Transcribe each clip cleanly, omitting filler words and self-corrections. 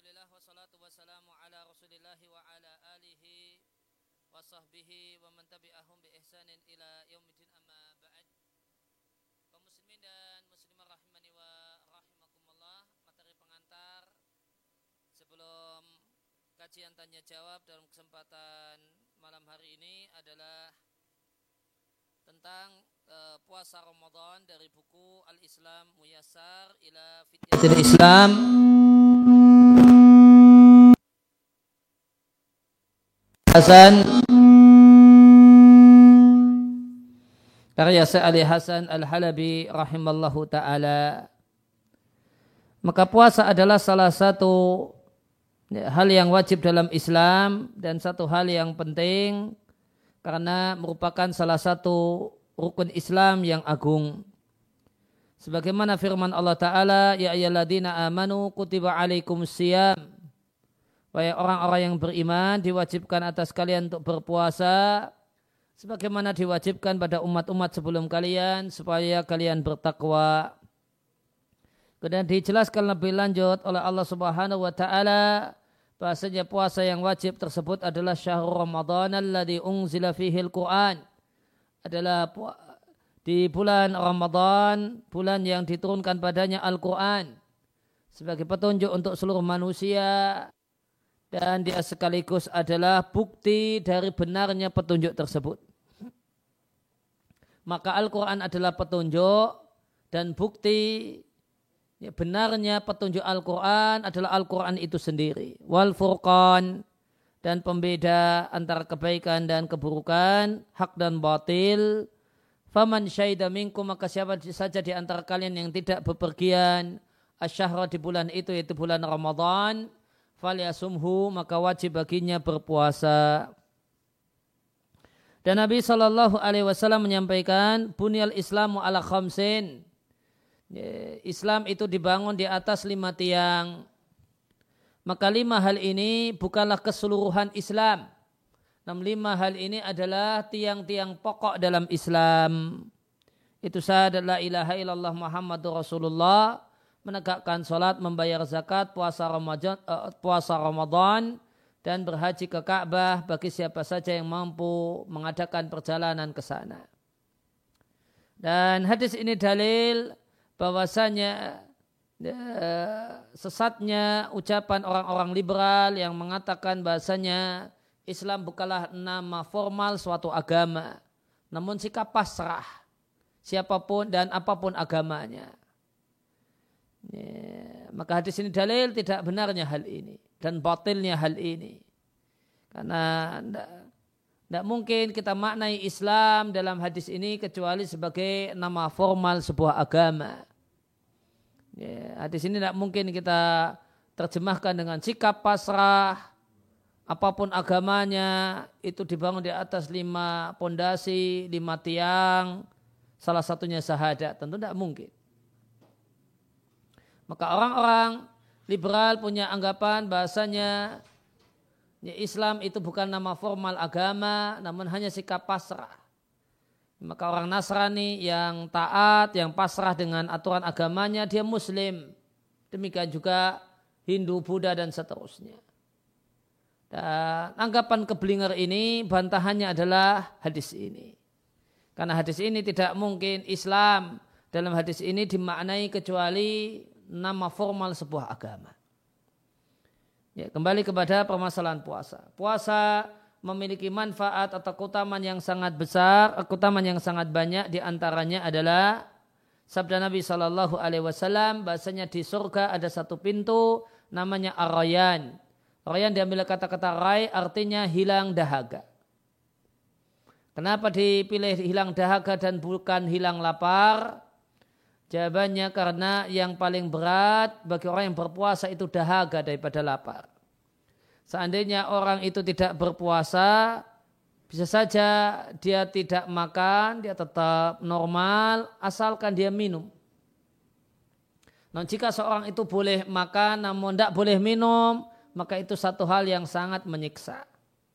Alhamdulillah wassalatu wassalamu ala Rasulillah wa ala alihi wa sahbihi wa man tabi'ahum bi ihsanin ila yaumiddin amma ba'd. Kaum muslimin dan muslimah rahimani wa rahimakumullah, materi pengantar sebelum kajian tanya jawab dalam kesempatan malam hari ini adalah tentang puasa Ramadan dari buku Al-Islam Muyassar ila Fityatil Islam Hasan karya Syekh Ali Hasan Al-Halabi rahimallahu ta'ala. Maka puasa adalah salah satu hal yang wajib dalam Islam dan satu hal yang penting karena merupakan salah satu rukun Islam yang agung. Sebagaimana firman Allah Ta'ala, ya ayyuhalladzina amanu kutiba alaikumusiyam. Wahai orang-orang yang beriman, diwajibkan atas kalian untuk berpuasa sebagaimana diwajibkan pada umat-umat sebelum kalian supaya kalian bertakwa. Kemudian dijelaskan lebih lanjut oleh Allah Subhanahu wa taala bahasanya puasa yang wajib tersebut adalah syahrul Ramadan alladzi unzila fihil Qur'an. Adalah di bulan Ramadan, bulan yang diturunkan padanya Al-Qur'an sebagai petunjuk untuk seluruh manusia. Dan dia sekaligus adalah bukti dari benarnya petunjuk tersebut. Maka Al-Quran adalah petunjuk dan bukti benarnya petunjuk Al-Quran adalah Al-Quran itu sendiri. Wal furqan, dan pembeda antara kebaikan dan keburukan, hak dan batil. Faman syahida minkum, maka siapa saja di antara kalian yang tidak bepergian asyahra di bulan itu, yaitu bulan Ramadan, falyasumhu, maka wajib baginya berpuasa. Dan Nabi SAW menyampaikan, bunyal Islamu ala khamsin. Islam itu dibangun di atas 5 tiang. Maka 5 hal ini bukanlah keseluruhan Islam. Namun 5 hal ini adalah tiang-tiang pokok dalam Islam. Itu syahadat la ilaha illallah Muhammadur Rasulullah, menegakkan sholat, membayar zakat, puasa Ramadan, dan berhaji ke Ka'bah bagi siapa saja yang mampu mengadakan perjalanan ke sana. Dan hadis ini dalil bahwasanya sesatnya ucapan orang-orang liberal yang mengatakan bahasanya Islam bukanlah nama formal suatu agama, namun sikap pasrah siapapun dan apapun agamanya. Maka hadis ini dalil tidak benarnya hal ini dan batilnya hal ini. Karena tidak mungkin kita maknai Islam dalam hadis ini kecuali sebagai nama formal sebuah agama. Hadis ini tidak mungkin kita terjemahkan dengan sikap pasrah. Apapun agamanya itu dibangun di atas 5 pondasi, 5 tiang, salah satunya syahadat. Tentu tidak mungkin. Maka orang-orang liberal punya anggapan bahasanya Islam itu bukan nama formal agama, namun hanya sikap pasrah. Maka orang Nasrani yang taat, yang pasrah dengan aturan agamanya, dia Muslim. Demikian juga Hindu, Buddha, dan seterusnya. Dan anggapan keblinger ini bantahannya adalah hadis ini. Karena hadis ini tidak mungkin Islam dalam hadis ini dimaknai kecuali nama formal sebuah agama. Ya, kembali kepada permasalahan puasa. Puasa memiliki manfaat atau keutamaan yang sangat besar, keutamaan yang sangat banyak. Di antaranya adalah sabda Nabi SAW bahasanya di surga ada satu pintu namanya Ar-Rayyan. Rayyan diambil kata-kata ray, artinya hilang dahaga. Kenapa dipilih hilang dahaga dan bukan hilang lapar? Jawabannya karena yang paling berat bagi orang yang berpuasa itu dahaga daripada lapar. Seandainya orang itu tidak berpuasa, bisa saja dia tidak makan, dia tetap normal, asalkan dia minum. Nah, jika seorang itu boleh makan namun tidak boleh minum, maka itu satu hal yang sangat menyiksa.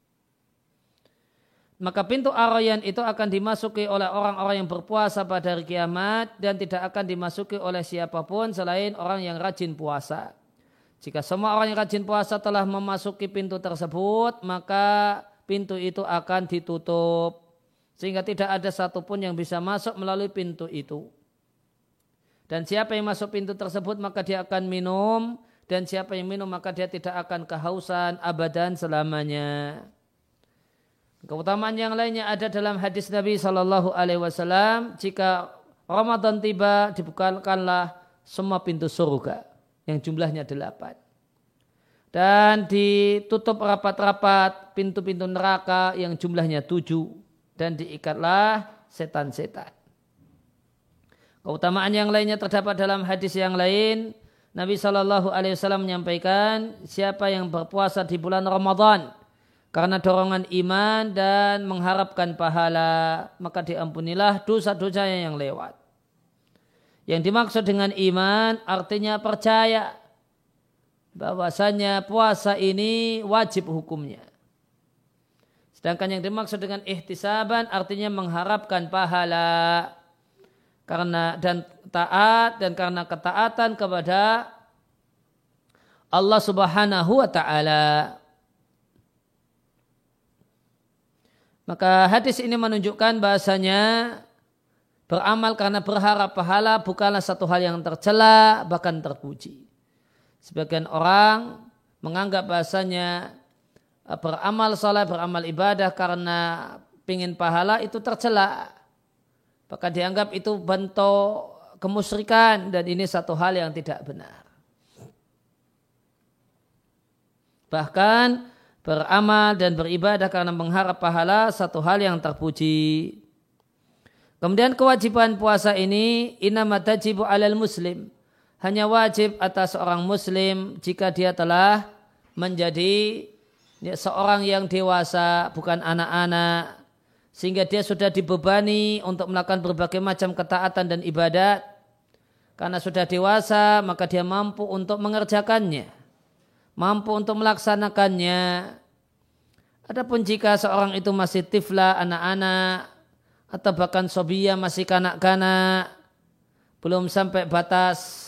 Maka pintu Ar-Rayyan itu akan dimasuki oleh orang-orang yang berpuasa pada hari kiamat dan tidak akan dimasuki oleh siapapun selain orang yang rajin puasa. Jika semua orang yang rajin puasa telah memasuki pintu tersebut, maka pintu itu akan ditutup. Sehingga tidak ada satupun yang bisa masuk melalui pintu itu. Dan siapa yang masuk pintu tersebut maka dia akan minum. Dan siapa yang minum maka dia tidak akan kehausan abadan selamanya. Keutamaan yang lainnya ada dalam hadis Nabi SAW. Jika Ramadan tiba, dibukakanlah semua pintu surga yang jumlahnya 8. Dan ditutup rapat-rapat pintu-pintu neraka yang jumlahnya 7. Dan diikatlah setan-setan. Keutamaan yang lainnya terdapat dalam hadis yang lain. Nabi SAW menyampaikan, siapa yang berpuasa di bulan Ramadan karena dorongan iman dan mengharapkan pahala, maka diampunilah dosa-dosanya yang lewat. Yang dimaksud dengan iman artinya percaya bahwasanya puasa ini wajib hukumnya. Sedangkan yang dimaksud dengan ihtisaban artinya mengharapkan pahala karena dan taat dan karena ketaatan kepada Allah Subhanahu wa taala. Maka hadis ini menunjukkan bahasanya beramal karena berharap pahala bukanlah satu hal yang tercela bahkan terpuji. Sebagian orang menganggap bahasanya beramal saleh, beramal ibadah karena pingin pahala itu tercela. Maka dianggap itu bentuk kemusyrikan dan ini satu hal yang tidak benar. Bahkan beramal dan beribadah karena mengharap pahala satu hal yang terpuji. Kemudian kewajiban puasa ini innama tajibu 'alal muslim. Hanya wajib atas seorang muslim jika dia telah menjadi seorang yang dewasa, bukan anak-anak, sehingga dia sudah dibebani untuk melakukan berbagai macam ketaatan dan ibadat. Karena sudah dewasa, maka dia mampu untuk mengerjakannya, mampu untuk melaksanakannya. Adapun jika seorang itu masih tifla, anak-anak, atau bahkan sobiyah, masih kanak-kanak, belum sampai batas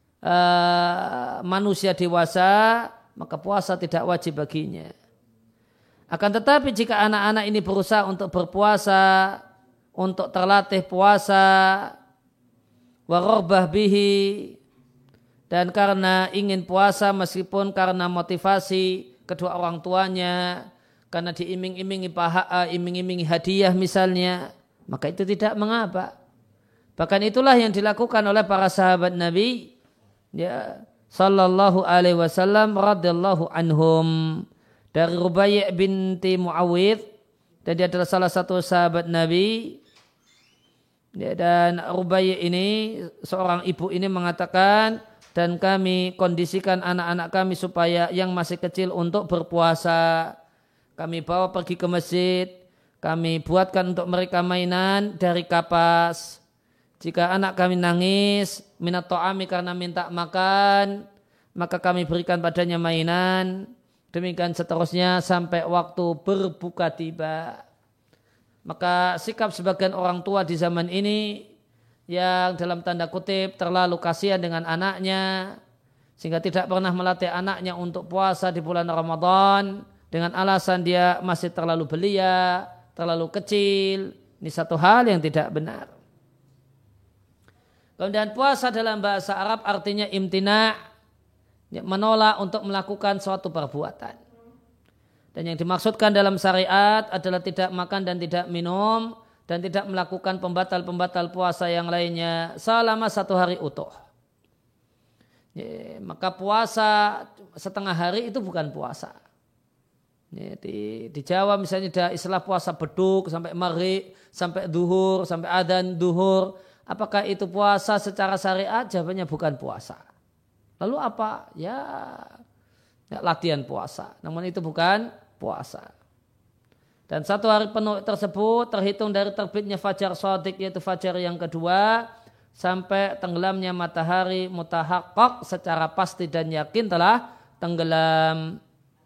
manusia dewasa, maka puasa tidak wajib baginya. Akan tetapi jika anak-anak ini berusaha untuk berpuasa, untuk terlatih puasa, warobbah bihi, dan karena ingin puasa meskipun karena motivasi kedua orang tuanya, karena diiming-imingi hadiah misalnya, maka itu tidak mengapa. Bahkan itulah yang dilakukan oleh para sahabat Nabi, ya, sallallahu alaihi wasallam radhiyallahu anhum. Dari Rubai' binti Muawidh, dan dia adalah salah satu sahabat Nabi. Ya, dan Rubai' ini, seorang ibu ini mengatakan, dan kami kondisikan anak-anak kami supaya yang masih kecil untuk berpuasa. Kami bawa pergi ke masjid, kami buatkan untuk mereka mainan dari kapas. Jika anak kami nangis, minat ta'ami karena minta makan, maka kami berikan padanya mainan. Demikian seterusnya sampai waktu berbuka tiba. Maka sikap sebagian orang tua di zaman ini yang dalam tanda kutip terlalu kasihan dengan anaknya, sehingga tidak pernah melatih anaknya untuk puasa di bulan Ramadan dengan alasan dia masih terlalu belia, terlalu kecil. Ini satu hal yang tidak benar. Kemudian puasa dalam bahasa Arab artinya imtina', menolak untuk melakukan suatu perbuatan. Dan yang dimaksudkan dalam syariat adalah tidak makan dan tidak minum dan tidak melakukan pembatal-pembatal puasa yang lainnya selama 1 hari utuh. Ya, maka puasa setengah hari itu bukan puasa. Ya, di Jawa misalnya ada istilah puasa beduk sampai maghrib, sampai duhur, sampai adzan duhur. Apakah itu puasa secara syariat? Jawabannya bukan puasa. Lalu apa? Ya latihan puasa. Namun itu bukan puasa. Dan 1 hari penuh tersebut terhitung dari terbitnya fajar shadiq, yaitu fajar yang kedua, sampai tenggelamnya matahari mutahaqqaq secara pasti dan yakin telah tenggelam.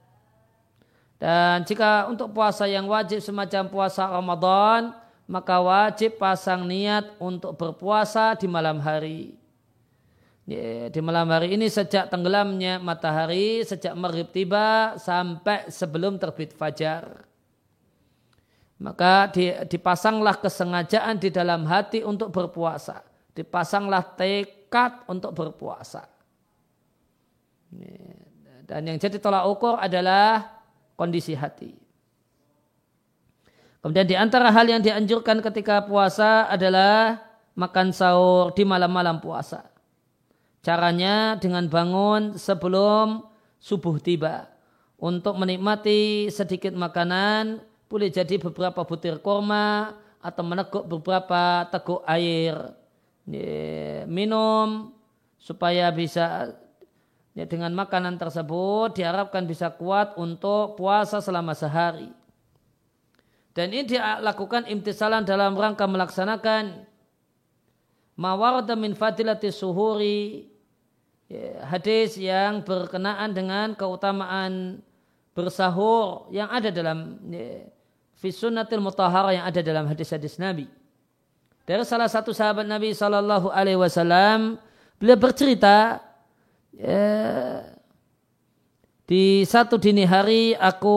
Dan jika untuk puasa yang wajib semacam puasa Ramadan, maka wajib pasang niat untuk berpuasa di malam hari. di malam hari ini sejak tenggelamnya matahari, sejak maghrib tiba sampai sebelum terbit fajar. Maka dipasanglah kesengajaan di dalam hati untuk berpuasa. Dipasanglah tekad untuk berpuasa. Dan yang jadi tolak ukur adalah kondisi hati. Kemudian di antara hal yang dianjurkan ketika puasa adalah makan sahur di malam-malam puasa. Caranya dengan bangun sebelum subuh tiba. Untuk menikmati sedikit makanan, boleh jadi beberapa butir kurma atau meneguk beberapa teguk air. Minum supaya bisa dengan makanan tersebut diharapkan bisa kuat untuk puasa selama sehari. Dan ini dilakukan imtisalan dalam rangka melaksanakan mawarada min fadilati suhuri, hadis yang berkenaan dengan keutamaan bersahur yang ada dalam fi sunnatil mutahharah, yang ada dalam hadis-hadis Nabi. Dari salah satu sahabat Nabi sallallahu alaihi wasallam, beliau bercerita, di satu dini hari aku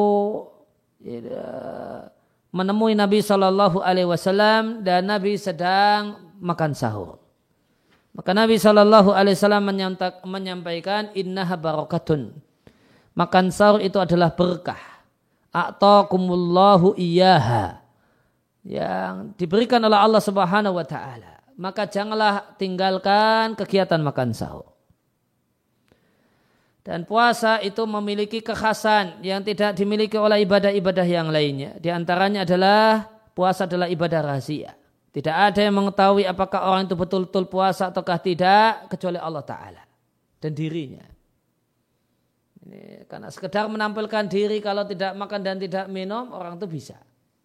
menemui Nabi sallallahu alaihi wasallam dan Nabi sedang makan sahur. Maka Nabi sallallahu alaihi wasallam menyampaikan, innaha barakatun. Makan sahur itu adalah berkah. A'taakumullahu iyyaha, yang diberikan oleh Allah Subhanahu wa taala. Maka janganlah tinggalkan kegiatan makan sahur. Dan puasa itu memiliki kekhasan yang tidak dimiliki oleh ibadah-ibadah yang lainnya. Di antaranya adalah puasa adalah ibadah rahasia. Tidak ada yang mengetahui apakah orang itu betul-betul puasa ataukah tidak kecuali Allah Ta'ala dan dirinya. Ini karena sekedar menampilkan diri kalau tidak makan dan tidak minum, orang itu bisa.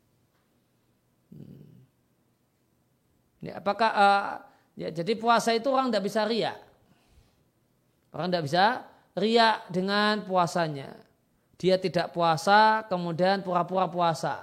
Ini apakah jadi puasa itu orang tidak bisa riya. Orang tidak bisa riya dengan puasanya. Dia tidak puasa kemudian pura-pura puasa.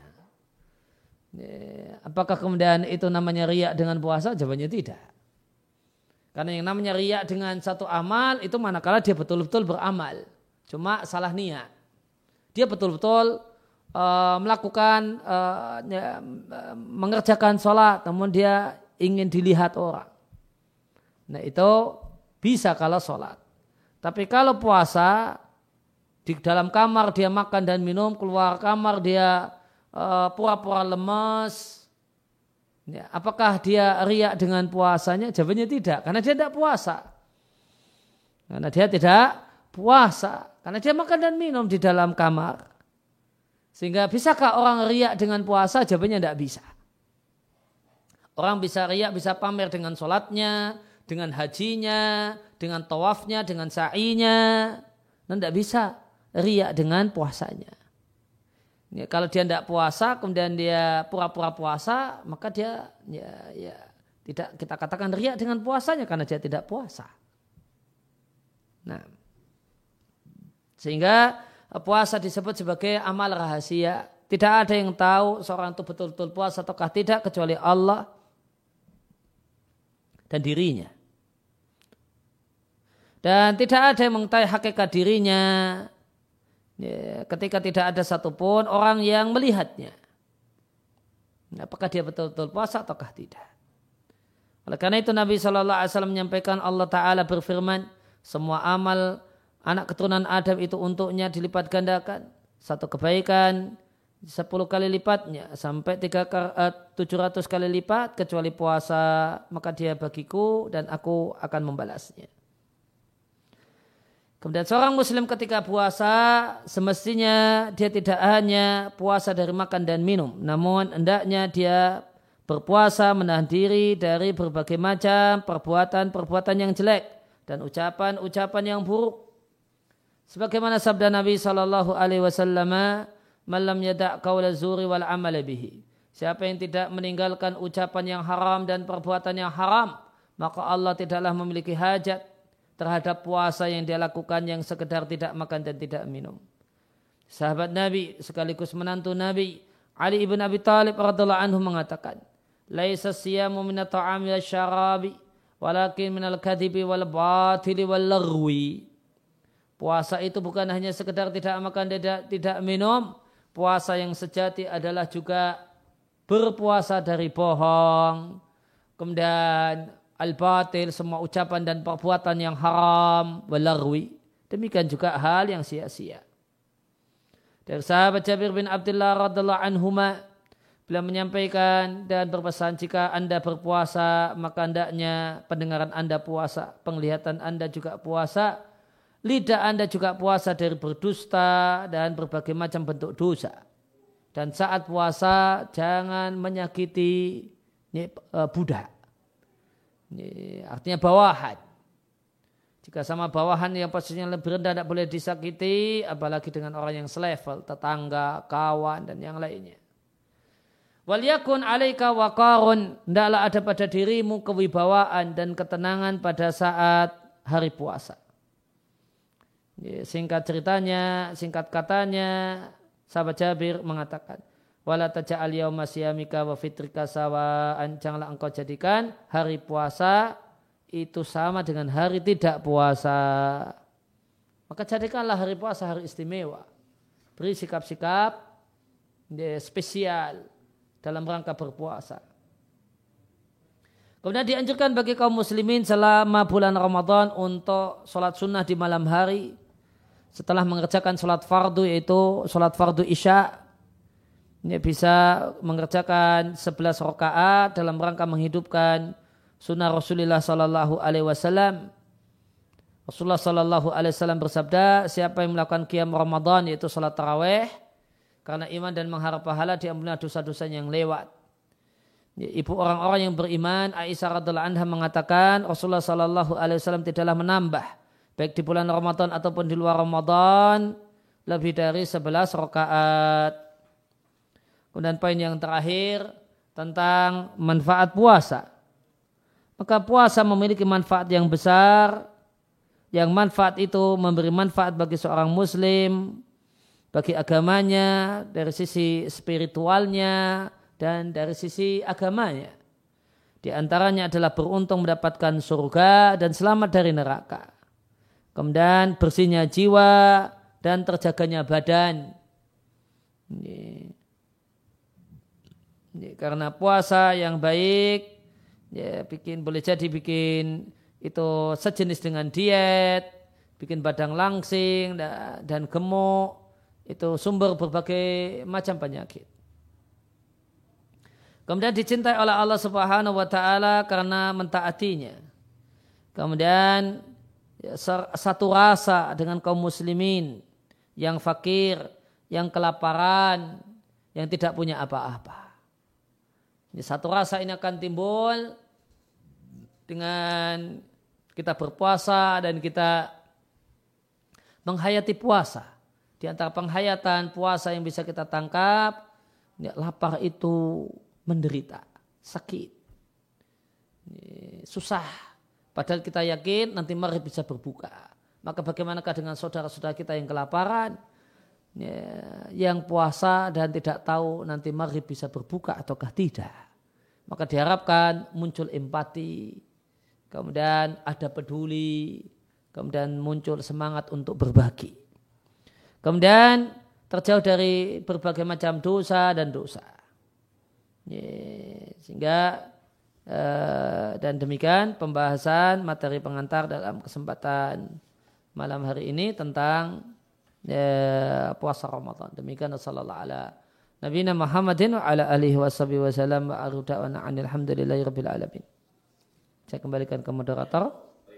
Apakah kemudian itu namanya riya dengan puasa? Jawabannya tidak. Karena yang namanya riya dengan satu amal itu manakala dia betul-betul beramal. Cuma salah niat. Dia betul-betul melakukan, mengerjakan sholat, namun dia ingin dilihat orang. Nah itu bisa kalau sholat. Tapi kalau puasa, di dalam kamar dia makan dan minum, keluar kamar dia pura-pura lemes. Ya, apakah dia riya dengan puasanya? Jawabannya tidak, karena dia tidak puasa. Karena dia tidak puasa, karena dia makan dan minum di dalam kamar. Sehingga bisakah orang riya dengan puasa? Jawabannya tidak bisa. Orang bisa riya, bisa pamer dengan sholatnya, dengan hajinya, dengan tawafnya, dengan sa'inya. Dan tidak bisa riya dengan puasanya. Ya, kalau dia tidak puasa, kemudian dia pura-pura puasa, maka dia tidak kita katakan riya dengan puasanya karena dia tidak puasa. Nah, sehingga puasa disebut sebagai amal rahasia. Tidak ada yang tahu seorang itu betul-betul puasa ataukah tidak kecuali Allah dan dirinya. Dan tidak ada yang mengetahui hakikat dirinya ketika tidak ada satupun orang yang melihatnya. Apakah dia betul-betul puasa ataukah tidak. Oleh karena itu Nabi SAW menyampaikan, Allah Ta'ala berfirman, semua amal anak keturunan Adam itu untuknya dilipat gandakan. Satu kebaikan 10 kali lipatnya sampai 700 kali lipat, kecuali puasa maka dia bagiku dan aku akan membalasnya. Kemudian seorang muslim ketika puasa semestinya dia tidak hanya puasa dari makan dan minum, namun hendaknya dia berpuasa menahan diri dari berbagai macam perbuatan-perbuatan yang jelek dan ucapan-ucapan yang buruk. Sebagaimana sabda Nabi sallallahu alaihi wasallam, "Man lam yada' qaula zuri wal amala bihi." Siapa yang tidak meninggalkan ucapan yang haram dan perbuatan yang haram, maka Allah tidaklah memiliki hajat terhadap puasa yang dia lakukan yang sekedar tidak makan dan tidak minum. Sahabat Nabi sekaligus menantu Nabi Ali ibn Abi Thalib radhiyallahu anhu mengatakan, "Laisa siyamu min at-ta'ami wasyarabi Walakin minal kadhibi wal batili wal lagwi. Puasa itu bukan hanya sekedar tidak makan, tidak minum. Puasa yang sejati adalah juga berpuasa dari bohong. Kemudian al-batil, semua ucapan dan perbuatan yang haram, wal lagwi. Demikian juga hal yang sia-sia. Dari sahabat Jabir bin Abdullah radhiallahu anhuma, beliau menyampaikan dan berpesan, jika Anda berpuasa maka hendaknya pendengaran Anda puasa, penglihatan Anda juga puasa, lidah Anda juga puasa dari berdusta dan berbagai macam bentuk dosa. Dan saat puasa jangan menyakiti budak. Ini artinya bawahan. Jika sama bawahan yang posisinya lebih rendah tidak boleh disakiti, apalagi dengan orang yang selevel, tetangga, kawan dan yang lainnya. Wal yakun 'alaika waqarun, hendaklah ada pada dirimu kewibawaan dan ketenangan pada saat hari puasa. Singkat ceritanya, singkat katanya, sahabat Jabir mengatakan, wala taj'al yauma siyamika wa fitrika sawa'an, janganlah engkau jadikan hari puasa itu sama dengan hari tidak puasa. Maka jadikanlah hari puasa hari istimewa. Beri sikap-sikap spesial dalam rangka berpuasa. Kemudian dianjurkan bagi kaum muslimin selama bulan Ramadan untuk sholat sunnah di malam hari. Setelah mengerjakan sholat fardu, yaitu sholat fardu isya. Ini bisa mengerjakan 11 rakaat dalam rangka menghidupkan sunnah Rasulullah Sallallahu Alaihi Wasallam. Rasulullah Sallallahu Alaihi Wasallam bersabda, siapa yang melakukan qiyam Ramadan, yaitu salat tarawih, karena iman dan mengharap pahala, diampuni dosa-dosa yang lewat. Ibu orang-orang yang beriman, Aisyah radhiallahu anha mengatakan, Rasulullah Sallallahu Alaihi Wasallam tidaklah menambah, baik di bulan Ramadan ataupun di luar Ramadan, lebih dari 11 rakaat. Kemudian poin yang terakhir tentang manfaat puasa. Maka puasa memiliki manfaat yang besar, yang manfaat itu memberi manfaat bagi seorang muslim, bagi agamanya, dari sisi spiritualnya, dan dari sisi agamanya. Di antaranya adalah beruntung mendapatkan surga dan selamat dari neraka. Kemudian bersihnya jiwa dan terjaganya badan. Karena puasa yang baik, boleh jadi bikin itu sejenis dengan diet, bikin badan langsing dan gemuk, itu sumber berbagai macam penyakit. Kemudian dicintai oleh Allah Subhanahu wa taala karena mentaatinya. Kemudian satu rasa dengan kaum muslimin yang fakir, yang kelaparan, yang tidak punya apa-apa. Satu rasa ini akan timbul dengan kita berpuasa dan kita menghayati puasa. Di antara penghayatan puasa yang bisa kita tangkap, lapar itu menderita, sakit, susah. Padahal kita yakin nanti maghrib bisa berbuka. Maka bagaimanakah dengan saudara-saudara kita yang kelaparan, yang puasa dan tidak tahu nanti maghrib bisa berbuka ataukah tidak. Maka diharapkan muncul empati, kemudian ada peduli, kemudian muncul semangat untuk berbagi. Kemudian terjauh dari berbagai macam dosa dan dosa. Sehingga dan demikian pembahasan materi pengantar dalam kesempatan malam hari ini tentang puasa Ramadan. Demikian sallallahu ala nabiyina Muhammadin wa ala alihi wasallam wa aruda'wana alhamdulillahi rabbil alamin. Saya kembalikan ke moderator.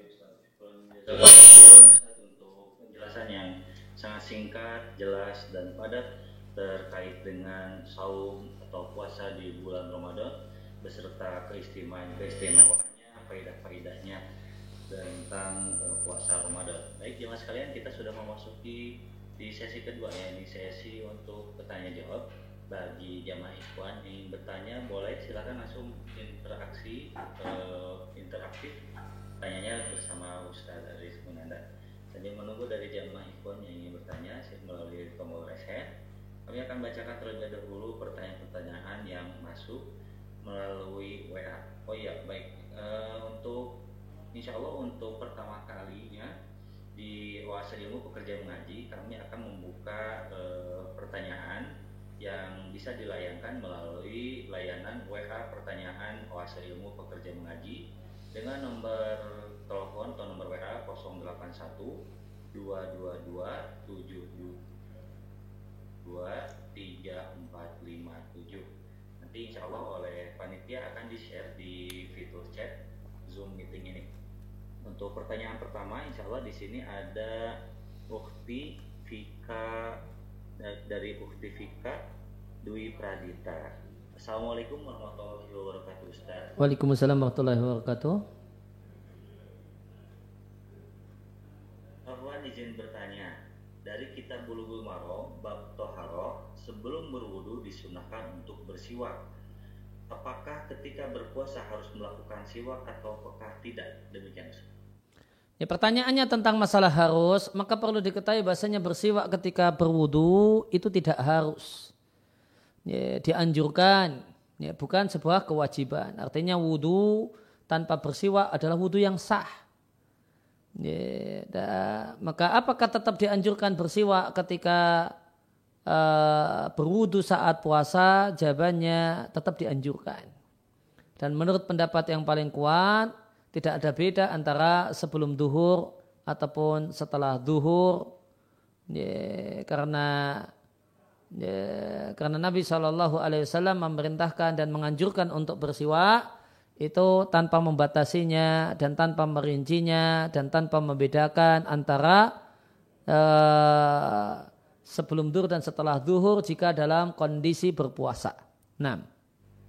Untuk penjelasan yang sangat singkat, jelas dan padat terkait dengan saum atau puasa di bulan Ramadan beserta keistimewaannya, faedah-faedahnya tentang puasa Ramadan. Baik jemaah sekalian, kita sudah memasuki di sesi kedua ya, ini sesi untuk bertanya jawab. Bagi jamaah ikhwan yang bertanya boleh silakan langsung interaktif tanyanya bersama Ustaz Aziz Munandar. Jadi menunggu dari jamaah ikhwan yang ingin bertanya melalui tombol raise hand. Kami akan bacakan terlebih dahulu pertanyaan-pertanyaan yang masuk melalui WA. Oh iya, baik. Untuk insya Allah untuk pertama kalinya di Oase Ilmu Pekerja Mengaji kami akan membuka pertanyaan yang bisa dilayangkan melalui layanan WA pertanyaan Oase Ilmu Pekerja Mengaji dengan nomor telepon atau nomor WA 081 222 3457. Nanti insya Allah oleh panitia akan di-share di fitur chat Zoom meeting ini. Untuk pertanyaan pertama, insya Allah di sini ada Ukti Vika dari Ukti Vika Dwi Pradita. Assalamualaikum warahmatullahi wabarakatuh, Ustaz. Waalaikumsalam warahmatullahi wabarakatuh. Rahwan izin bertanya, dari kitab Bulughul Maram bab Toharoh, sebelum berwudu disunahkan untuk bersiwak. Apakah ketika berpuasa harus melakukan siwak ataukah tidak? Demikian, Ustaz. Ya, pertanyaannya tentang masalah harus, maka perlu diketahui bahasanya bersiwak ketika berwudu itu tidak harus. Ya, dianjurkan, ya, bukan sebuah kewajiban. Artinya wudu tanpa bersiwak adalah wudu yang sah. Ya, maka apakah tetap dianjurkan bersiwak ketika berwudu saat puasa? Jawabannya tetap dianjurkan. Dan menurut pendapat yang paling kuat, tidak ada beda antara sebelum duhur ataupun setelah duhur, ya, karena Nabi SAW memerintahkan dan menganjurkan untuk bersiwak itu tanpa membatasinya dan tanpa merincinya dan tanpa membedakan antara sebelum duhur dan setelah duhur jika dalam kondisi berpuasa. Nah.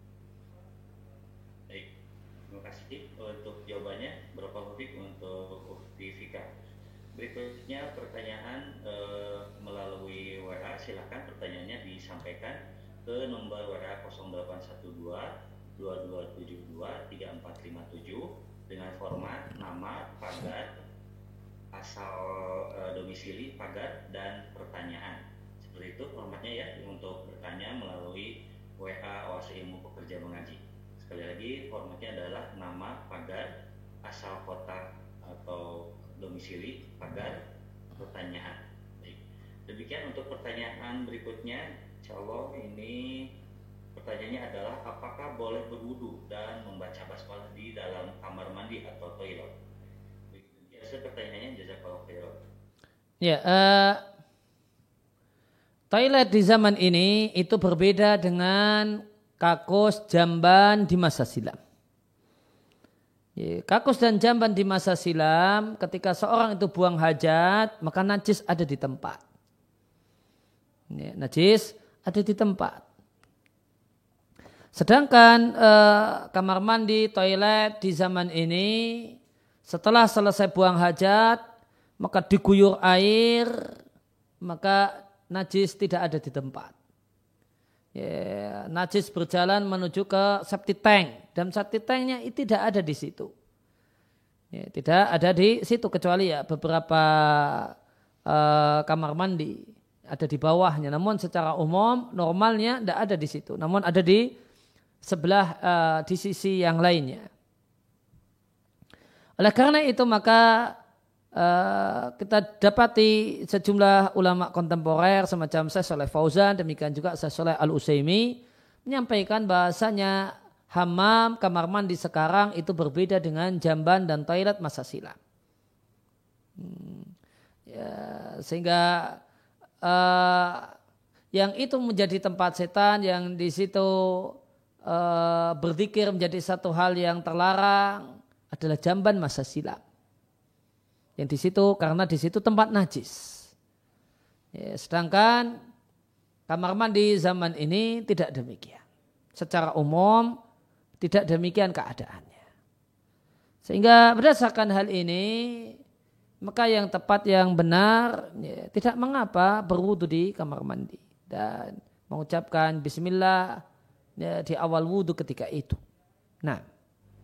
Berikutnya pertanyaan melalui WA, silakan pertanyaannya disampaikan ke nomor WA 0812 2272 3457 dengan format nama, pagar, asal domisili, pagar, dan pertanyaan. Seperti itu formatnya ya untuk bertanya melalui WA Oase Ilmu Pekerja Mengaji. Sekali lagi formatnya adalah nama, pagar, asal kota atau domisili, pagar, pertanyaan. Baik. Demikian untuk pertanyaan berikutnya. Insya Allah ini pertanyaannya adalah apakah boleh berwudu dan membaca basmalah di dalam kamar mandi atau toilet? Biasa pertanyaannya jazakallahu khairan. Ya, toilet di zaman ini itu berbeda dengan kakus jamban di masa silam. Kakus dan jamban di masa silam, ketika seorang itu buang hajat, maka najis ada di tempat. Najis ada di tempat. Sedangkan kamar mandi, toilet di zaman ini, setelah selesai buang hajat, maka diguyur air, maka najis tidak ada di tempat. Ya, najis berjalan menuju ke septic tank dan septic tanknya tidak ada di situ. Ya, tidak ada di situ kecuali ya beberapa kamar mandi ada di bawahnya. Namun secara umum normalnya tidak ada di situ. Namun ada di sebelah di sisi yang lainnya. Oleh karena itu maka kita dapati sejumlah ulama kontemporer semacam Syekh Shalih Fauzan, demikian juga Syekh Shalih Al-Utsaimin menyampaikan bahasanya hammam, kamar mandi sekarang itu berbeda dengan jamban dan toilet masa silam. Ya, sehingga yang itu menjadi tempat setan, yang di situ berzikir menjadi satu hal yang terlarang adalah jamban masa silam. Yang di situ karena di situ tempat najis. Ya, sedangkan kamar mandi zaman ini tidak demikian. Secara umum tidak demikian keadaannya. Sehingga berdasarkan hal ini maka yang tepat yang benar ya, tidak mengapa berwudu di kamar mandi dan mengucapkan bismillah ya, di awal wudu ketika itu. Nah.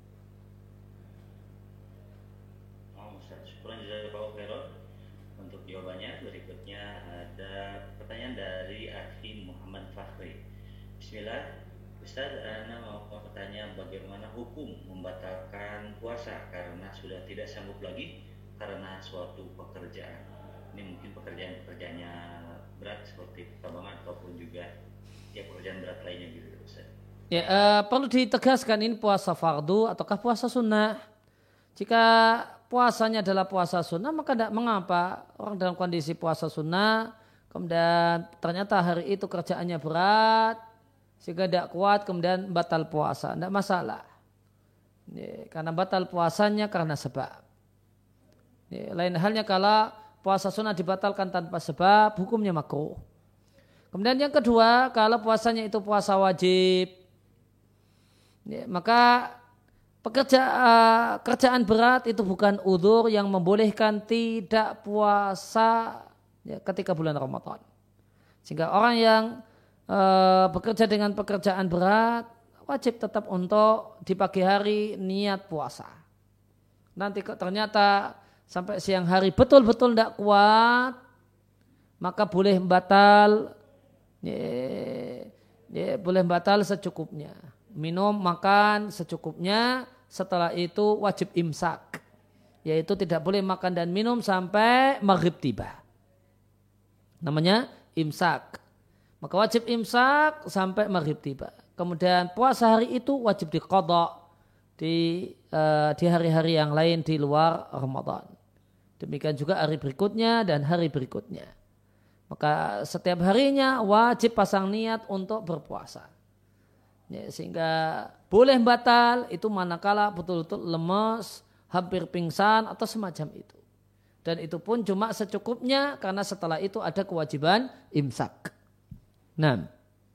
Untuk jawabannya berikutnya ada pertanyaan dari Akhi Muhammad Fakhri. Bismillah, Ustaz, Ana mau bertanya bagaimana hukum membatalkan puasa karena sudah tidak sanggup lagi karena suatu pekerjaan. Ini mungkin pekerjaan-pekerjaannya berat seperti pertambangan ataupun juga ya pekerjaan berat lainnya gitu Ustaz. Ya, perlu ditegaskan ini puasa fardu ataukah puasa sunnah. Jika puasanya adalah puasa sunnah maka tidak mengapa orang dalam kondisi puasa sunnah kemudian ternyata hari itu kerjaannya berat sehingga tidak kuat kemudian batal puasa, tidak masalah. Karena batal puasanya karena sebab. Lain halnya kalau puasa sunnah dibatalkan tanpa sebab, hukumnya makruh. Kemudian yang kedua, kalau puasanya itu puasa wajib, maka kerjaan berat itu bukan udzur yang membolehkan tidak puasa ketika bulan Ramadan. Sehingga orang yang bekerja dengan pekerjaan berat wajib tetap untuk di pagi hari niat puasa. Nanti ternyata sampai siang hari betul-betul tidak kuat, maka boleh batal, boleh batal secukupnya. Minum, makan secukupnya. Setelah itu wajib imsak, yaitu tidak boleh makan dan minum sampai maghrib tiba. Namanya imsak. Maka wajib imsak sampai maghrib tiba. Kemudian puasa hari itu wajib diqadha di hari-hari yang lain di luar Ramadan. Demikian juga hari berikutnya dan hari berikutnya. Maka setiap harinya wajib pasang niat untuk berpuasa. Sehingga boleh batal itu manakala betul-betul lemes, hampir pingsan atau semacam itu. Dan itu pun cuma secukupnya karena setelah itu ada kewajiban imsak. Nah,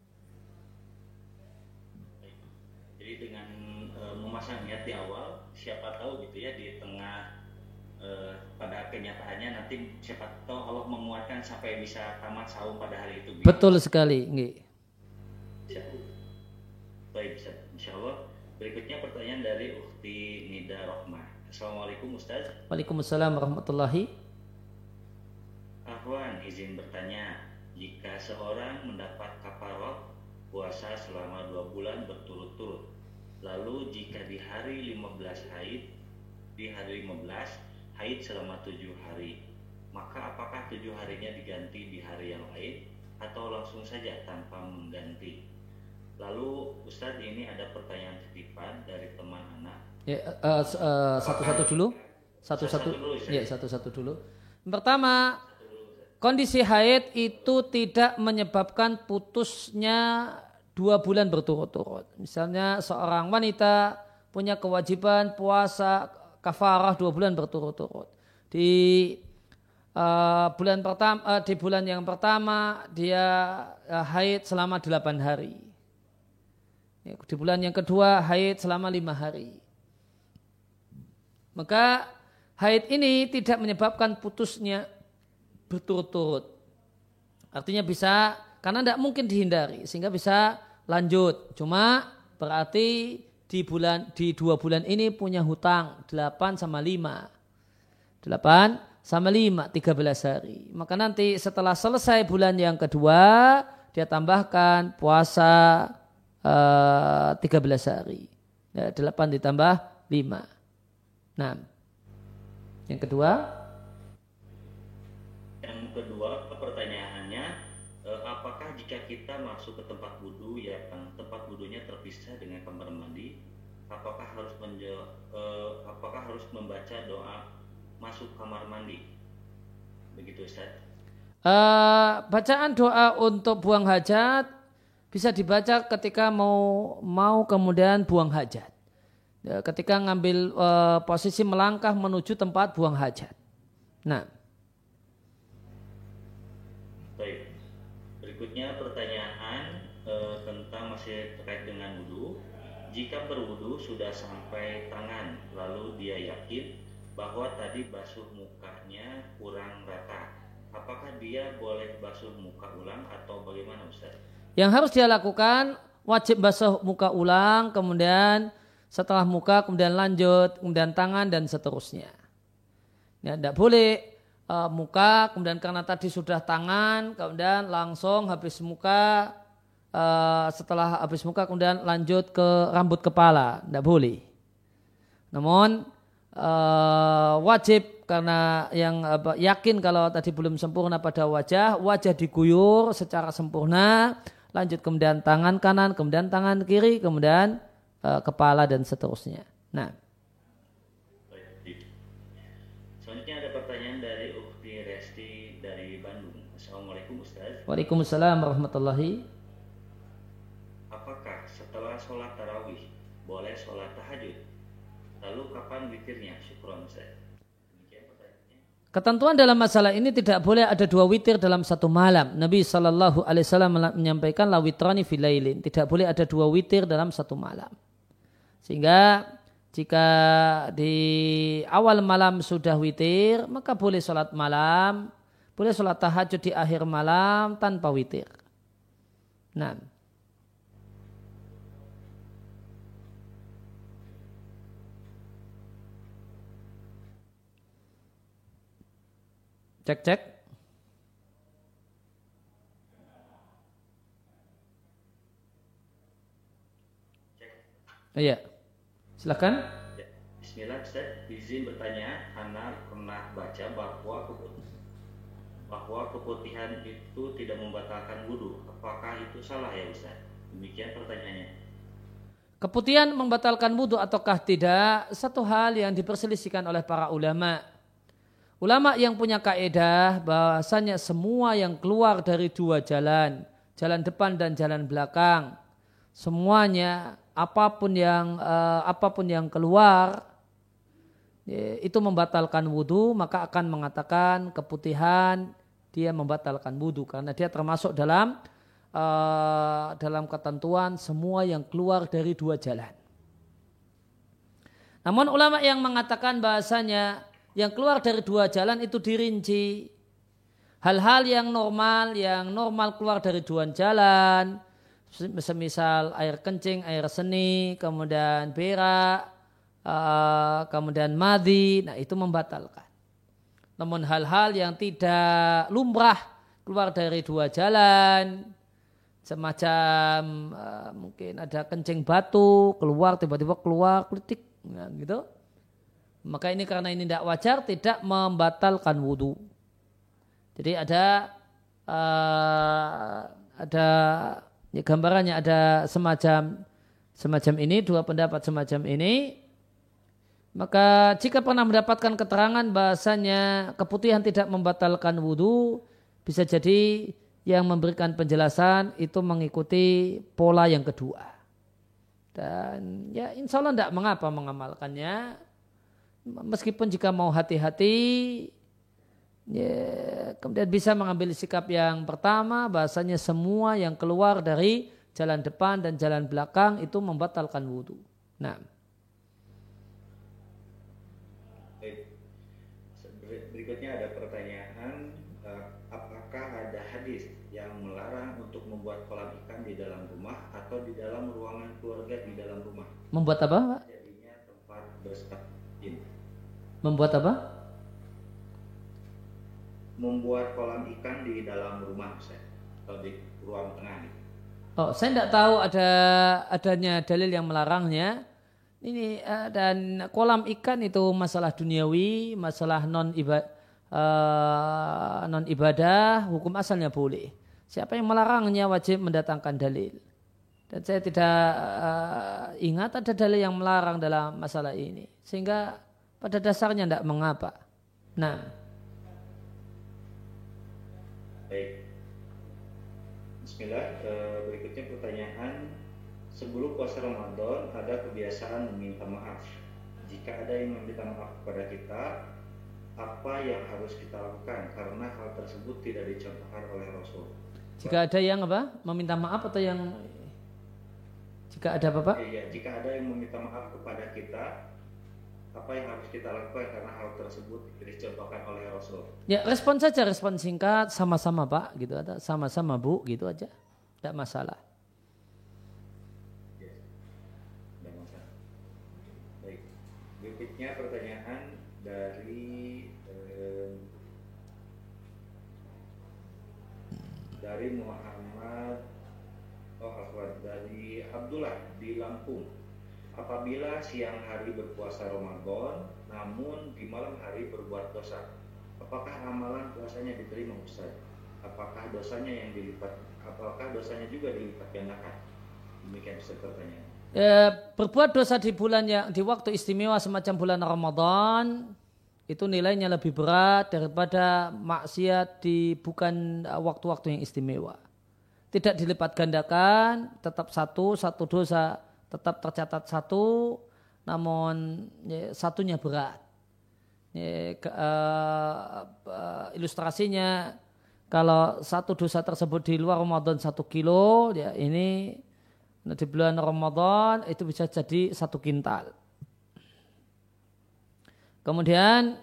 jadi dengan memasang niat di awal, siapa tahu gitu ya di tengah pada kenyataannya nanti siapa tahu Allah menguatkan sampai bisa tamat saum pada hari itu. Betul sekali. Baik, insya Allah. Berikutnya pertanyaan dari Ukhti Nida Rohmah. Assalamualaikum Ustaz. Waalaikumsalam warahmatullahi. Ahwan izin bertanya. Jika seorang mendapat kafaroh puasa selama 2 bulan berturut-turut, lalu jika di hari 15 haid selama 7 hari, maka apakah 7 harinya diganti di hari yang lain atau langsung saja tanpa mengganti? Lalu Ustadz, ini ada pertanyaan titipan dari teman anak. Satu-satu dulu. Satu-satu dulu. Pertama, kondisi haid itu tidak menyebabkan putusnya 2 bulan berturut-turut. Misalnya seorang wanita punya kewajiban puasa kafarah 2 bulan berturut-turut. Di bulan yang pertama dia haid selama 8 hari. Di bulan yang kedua haid selama 5 hari. Maka haid ini tidak menyebabkan putusnya berturut-turut. Artinya bisa, karena tidak mungkin dihindari, sehingga bisa lanjut. Cuma berarti di 2 bulan ini punya hutang 8 sama 5. 8 sama 5, 13 hari. Maka nanti setelah selesai bulan yang kedua, dia tambahkan puasa 13 hari. 8 ditambah 5. Nah, yang kedua. Yang kedua pertanyaannya, apakah jika kita masuk ke tempat wudu yang tempat wudunya terpisah dengan kamar mandi, apakah harus membaca doa masuk kamar mandi? Begitu Ustaz. Bacaan doa untuk buang hajat bisa dibaca ketika mau kemudian buang hajat. Ketika ngambil posisi melangkah menuju tempat buang hajat. Nah. Baik. Berikutnya pertanyaan tentang masih terkait dengan wudu. Jika berwudu sudah sampai tangan, lalu dia yakin bahwa tadi basuh mukanya kurang rata, apakah dia boleh basuh muka ulang atau bagaimana Ustaz? Yang harus dia lakukan wajib basuh muka ulang, kemudian setelah muka, kemudian lanjut, kemudian tangan dan seterusnya. Ya, tidak boleh muka, kemudian karena tadi sudah tangan, kemudian langsung habis muka setelah habis muka kemudian lanjut ke rambut kepala, tidak boleh. Namun wajib karena yang yakin kalau tadi belum sempurna pada wajah diguyur secara sempurna, lanjut kemudian tangan kanan, kemudian tangan kiri, kemudian kepala dan seterusnya. Nah. Selanjutnya ada pertanyaan dari Ukti Resti dari Bandung. Assalamualaikum Ustaz. Waalaikumsalam warahmatullahi. Apakah setelah sholat tarawih boleh sholat tahajud? Lalu kapan witirnya? Syukron Ustaz. Demikian pertanyaannya. Ketentuan dalam masalah ini tidak boleh ada 2 witir dalam satu malam. Nabi Shallallahu Alaihi Wasallam menyampaikan la witrani fil lailin. Tidak boleh ada 2 witir dalam satu malam. Sehingga jika di awal malam sudah witir, maka boleh sholat malam, boleh sholat tahajud di akhir malam tanpa witir. Nah. Cek. Iya. Silakan. Ya. Bismillah Ustaz, izin bertanya, Ana pernah baca bahwa keputihan itu tidak membatalkan wudhu. Apakah itu salah ya Ustaz? Demikian pertanyaannya. Keputihan membatalkan wudhu ataukah tidak? Satu hal yang diperselisihkan oleh para ulama. Ulama yang punya kaidah bahasanya semua yang keluar dari 2 jalan, jalan depan dan jalan belakang, semuanya apapun yang keluar itu membatalkan wudhu, maka akan mengatakan keputihan dia membatalkan wudhu karena dia termasuk dalam ketentuan semua yang keluar dari 2 jalan. Namun ulama yang mengatakan bahasanya yang keluar dari 2 jalan itu dirinci. Hal-hal yang normal keluar dari 2 jalan, semisal air kencing, air seni, kemudian berak, kemudian madhi, nah itu membatalkan. Namun hal-hal yang tidak lumrah keluar dari 2 jalan, semacam mungkin ada kencing batu tiba-tiba keluar klitik, nah, gitu. Maka ini karena ini tidak wajar, tidak membatalkan wudhu. Jadi ada ya gambarannya ada semacam ini, 2 pendapat semacam ini. Maka jika pernah mendapatkan keterangan bahasanya keputihan tidak membatalkan wudhu, bisa jadi yang memberikan penjelasan itu mengikuti pola yang kedua. Dan ya insya Allah tidak mengapa mengamalkannya. Meskipun jika mau hati-hati, ya, kemudian bisa mengambil sikap yang pertama, bahasanya semua yang keluar dari jalan depan dan jalan belakang itu membatalkan wudhu. Nah. Berikutnya ada pertanyaan, apakah ada hadis yang melarang untuk membuat kolam ikan di dalam rumah atau di dalam ruangan keluarga di dalam rumah? Membuat apa, Pak? Jadinya tempat berstakin. Membuat apa? Membuat kolam ikan di dalam rumah saya, atau di ruang tengah. Oh, saya tidak tahu adanya dalil yang melarangnya. Ini dan kolam ikan itu masalah duniawi, masalah non ibadah, hukum asalnya boleh. Siapa yang melarangnya wajib mendatangkan dalil. Dan saya tidak ingat ada dalil yang melarang dalam masalah ini, sehingga pada dasarnya tidak mengapa. Nah. Baik. Bismillah. Berikutnya pertanyaan. Sebelum puasa Ramadan ada kebiasaan meminta maaf. Jika ada yang meminta maaf kepada kita, apa yang harus kita lakukan? Karena hal tersebut tidak dicontohkan oleh Rasul. Jika ada yang apa? Meminta maaf atau yang jika ada apa, Pak? Iya, jika ada yang meminta maaf kepada kita, apa yang harus kita lakukan karena hal tersebut tidak dicontohkan oleh Rasul? Ya, respon saja, respon singkat, sama-sama Pak, gitu, atau sama-sama Bu, gitu aja, tidak masalah. Berikutnya pertanyaan dari Muhammad. dari Abdullah di Lampung. Apabila siang hari berpuasa Ramadan, namun di malam hari berbuat dosa, apakah amalan puasanya diterima Ustaz? Apakah dosanya juga dilipat gandakan? Demikian Ustaz pertanyaan. Berbuat dosa di waktu istimewa semacam bulan Ramadan itu nilainya lebih berat daripada maksiat di bukan waktu-waktu yang istimewa. Tidak dilipat gandakan, tetap satu dosa tetap tercatat satu, namun satunya berat. Ilustrasinya, kalau satu dosa tersebut di luar Ramadan 1 kilo, ya ini di bulan Ramadan itu bisa jadi 1 kintal. Kemudian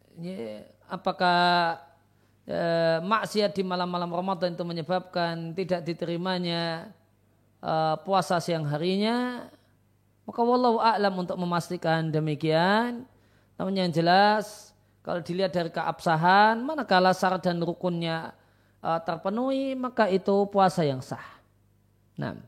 apakah maksiat di malam-malam Ramadan itu menyebabkan tidak diterimanya puasa siang harinya? Maka wallahu a'lam untuk memastikan demikian. Namun yang jelas kalau dilihat dari keabsahan, manakala syarat dan rukunnya terpenuhi, maka itu puasa yang sah. Nah.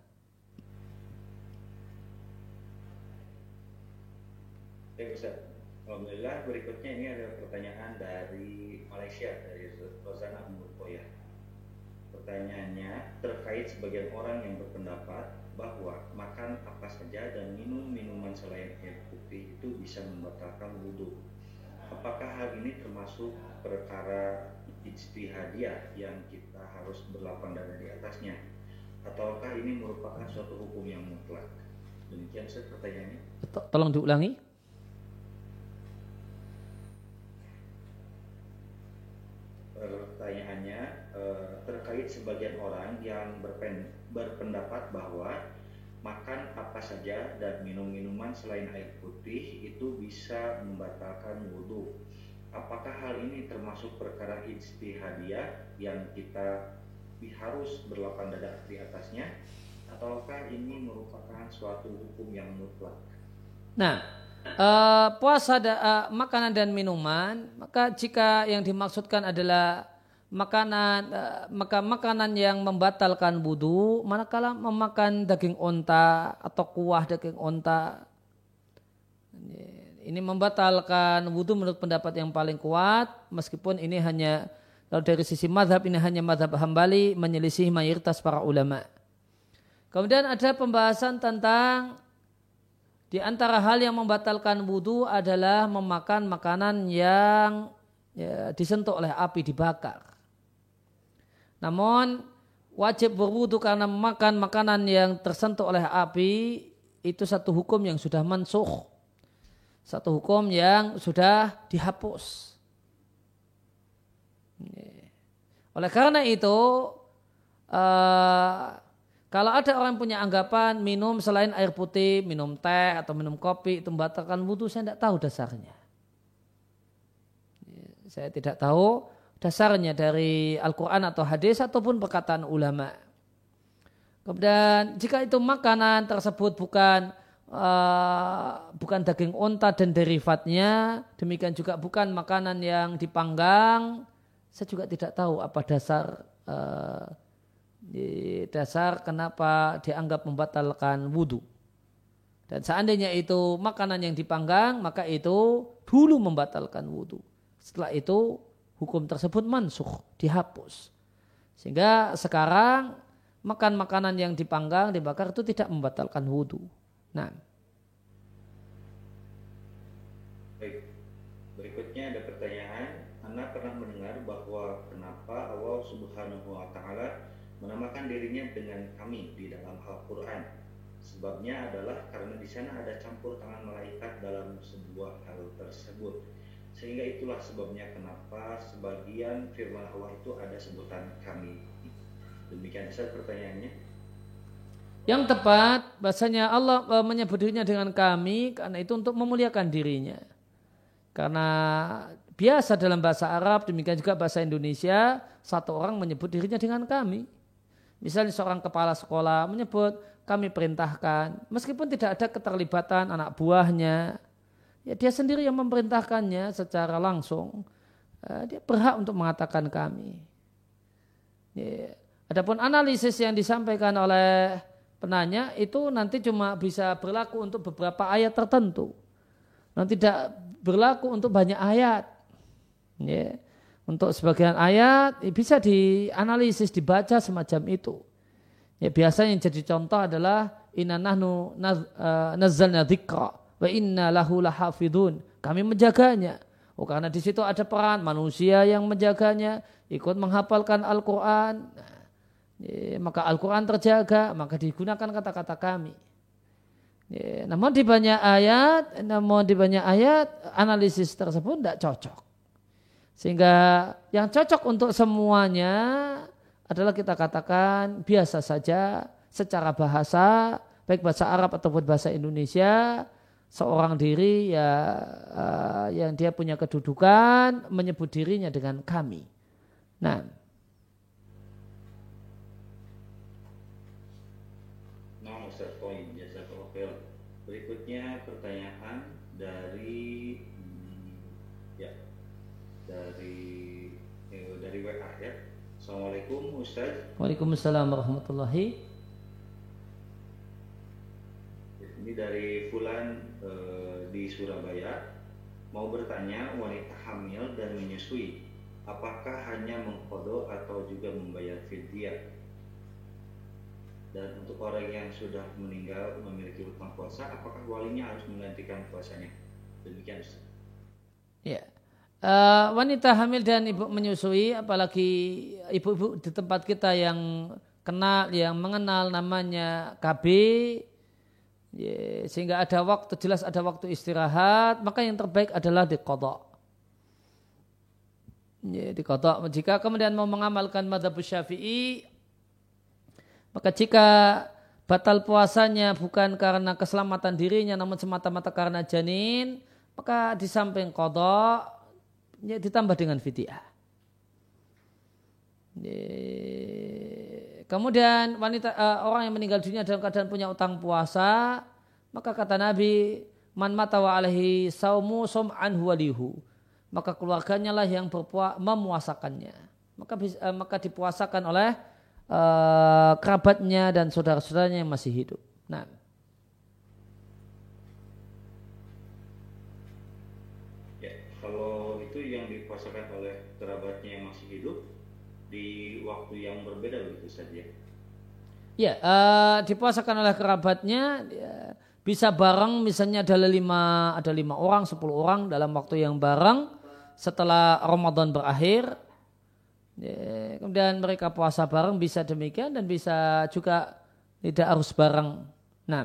Baik Ustaz, alhamdulillah berikutnya ini ada pertanyaan dari Malaysia, dari Rozana Murkoya. Pertanyaannya terkait sebagian orang yang berpendapat bahwa makan apa saja dan minum minuman selain air putih itu bisa membatalkan wudhu. Apakah hal ini termasuk perkara ijtihadiyah yang kita harus berlapang dada di atasnya? Ataukah ini merupakan suatu hukum yang mutlak? Demikian Ustaz pertanyaannya. Tolong diulangi. Pertanyaannya terkait sebagian orang yang berpendapat bahwa makan apa saja dan minum minuman selain air putih itu bisa membatalkan wudhu. Apakah hal ini termasuk perkara ijtihadiyah yang kita harus berlapang dada di atasnya, ataukah ini merupakan suatu hukum yang mutlak? Nah, puasa makanan dan minuman, maka jika yang dimaksudkan adalah makanan yang membatalkan wudu, manakala memakan daging onta atau kuah daging onta, ini membatalkan wudu menurut pendapat yang paling kuat, meskipun ini hanya kalau dari sisi mazhab ini hanya mazhab Hambali menyelisih mayoritas para ulama. Kemudian ada pembahasan tentang di antara hal yang membatalkan wudu adalah memakan makanan yang disentuh oleh api, dibakar. Namun wajib berwudu karena memakan makanan yang tersentuh oleh api itu satu hukum yang sudah mansukh. Satu hukum yang sudah dihapus. Oleh karena itu kalau ada orang yang punya anggapan minum selain air putih, minum teh atau minum kopi itu membatalkan wudu, saya tidak tahu dasarnya. Saya tidak tahu dasarnya dari Al-Quran atau hadis ataupun perkataan ulama. Kemudian jika itu makanan tersebut bukan daging onta dan derivatnya, demikian juga bukan makanan yang dipanggang, saya juga tidak tahu apa dasar kenapa dianggap membatalkan wudu. Dan seandainya itu makanan yang dipanggang, maka itu dulu membatalkan wudu. Setelah itu hukum tersebut mansukh, dihapus. Sehingga sekarang makan makanan yang dipanggang, dibakar itu tidak membatalkan wudu. Nah. Baik. Berikutnya ada pertanyaan. Anda pernah mendengar bahwa kenapa Allah Subhanahu wa Ta'ala menamakan dirinya dengan kami di dalam Al-Quran. Sebabnya adalah karena di sana ada campur tangan malaikat dalam sebuah hal tersebut. Sehingga itulah sebabnya kenapa sebagian firman Allah itu ada sebutan kami. Demikian Ustaz pertanyaannya. Yang tepat bahasanya Allah menyebut dirinya dengan kami karena itu untuk memuliakan dirinya. Karena biasa dalam bahasa Arab, demikian juga bahasa Indonesia, satu orang menyebut dirinya dengan kami. Misalnya seorang kepala sekolah menyebut kami perintahkan, meskipun tidak ada keterlibatan anak buahnya, ya dia sendiri yang memerintahkannya secara langsung. Dia berhak untuk mengatakan kami. Ya. Adapun analisis yang disampaikan oleh penanya itu nanti cuma bisa berlaku untuk beberapa ayat tertentu. Nanti tidak berlaku untuk banyak ayat. Ya. Untuk sebagian ayat bisa dianalisis, dibaca semacam itu. Ya, biasanya yang jadi contoh adalah inna nahnu nazzalna dzikra wa inna lahu lahafidun. Kami menjaganya. Oh, karena di situ ada peran manusia yang menjaganya, ikut menghafalkan Al-Qur'an. Ya, maka Al-Quran terjaga, maka digunakan kata-kata kami. Ya, namun di banyak ayat analisis tersebut tidak cocok. Sehingga yang cocok untuk semuanya adalah kita katakan biasa saja secara bahasa, baik bahasa Arab ataupun bahasa Indonesia, seorang diri ya yang dia punya kedudukan menyebut dirinya dengan kami. Nah, berikutnya pertanyaan dari WA ya. Assalamualaikum Ustaz. Waalaikumsalam warahmatullahi. Ini dari Fulan di Surabaya, mau bertanya, wanita hamil dan menyusui apakah hanya mengqadha atau juga membayar fidyah? Dan untuk orang yang sudah meninggal memiliki hutang puasa, apakah walinya harus menggantikan puasanya? Demikian Ustaz. Ya. Wanita hamil dan ibu menyusui, apalagi ibu-ibu di tempat kita yang mengenal namanya KB, ya, sehingga ada waktu, jelas ada waktu istirahat, maka yang terbaik adalah diqadha. Ya, diqadha. Jika kemudian mau mengamalkan mazhab Syafi'i, maka jika batal puasanya bukan karena keselamatan dirinya namun semata-mata karena janin, maka di samping qadha ya, ditambah dengan fidyah. Kemudian orang yang meninggal dunia dalam keadaan punya utang puasa, maka kata Nabi, man mata wa alaihi saumu anhu walihu, maka keluarganya lah yang memuasakannya. Maka dipuasakan oleh kerabatnya dan saudara-saudaranya yang masih hidup. Nah, kalau itu yang dipuasakan oleh kerabatnya yang masih hidup di waktu yang berbeda begitu saja. Ya, dipuasakan oleh kerabatnya ya, bisa bareng, misalnya ada 5 orang, 10 orang dalam waktu yang bareng setelah Ramadan berakhir. Ya, kemudian mereka puasa bareng, bisa demikian dan bisa juga tidak harus bareng. Nah,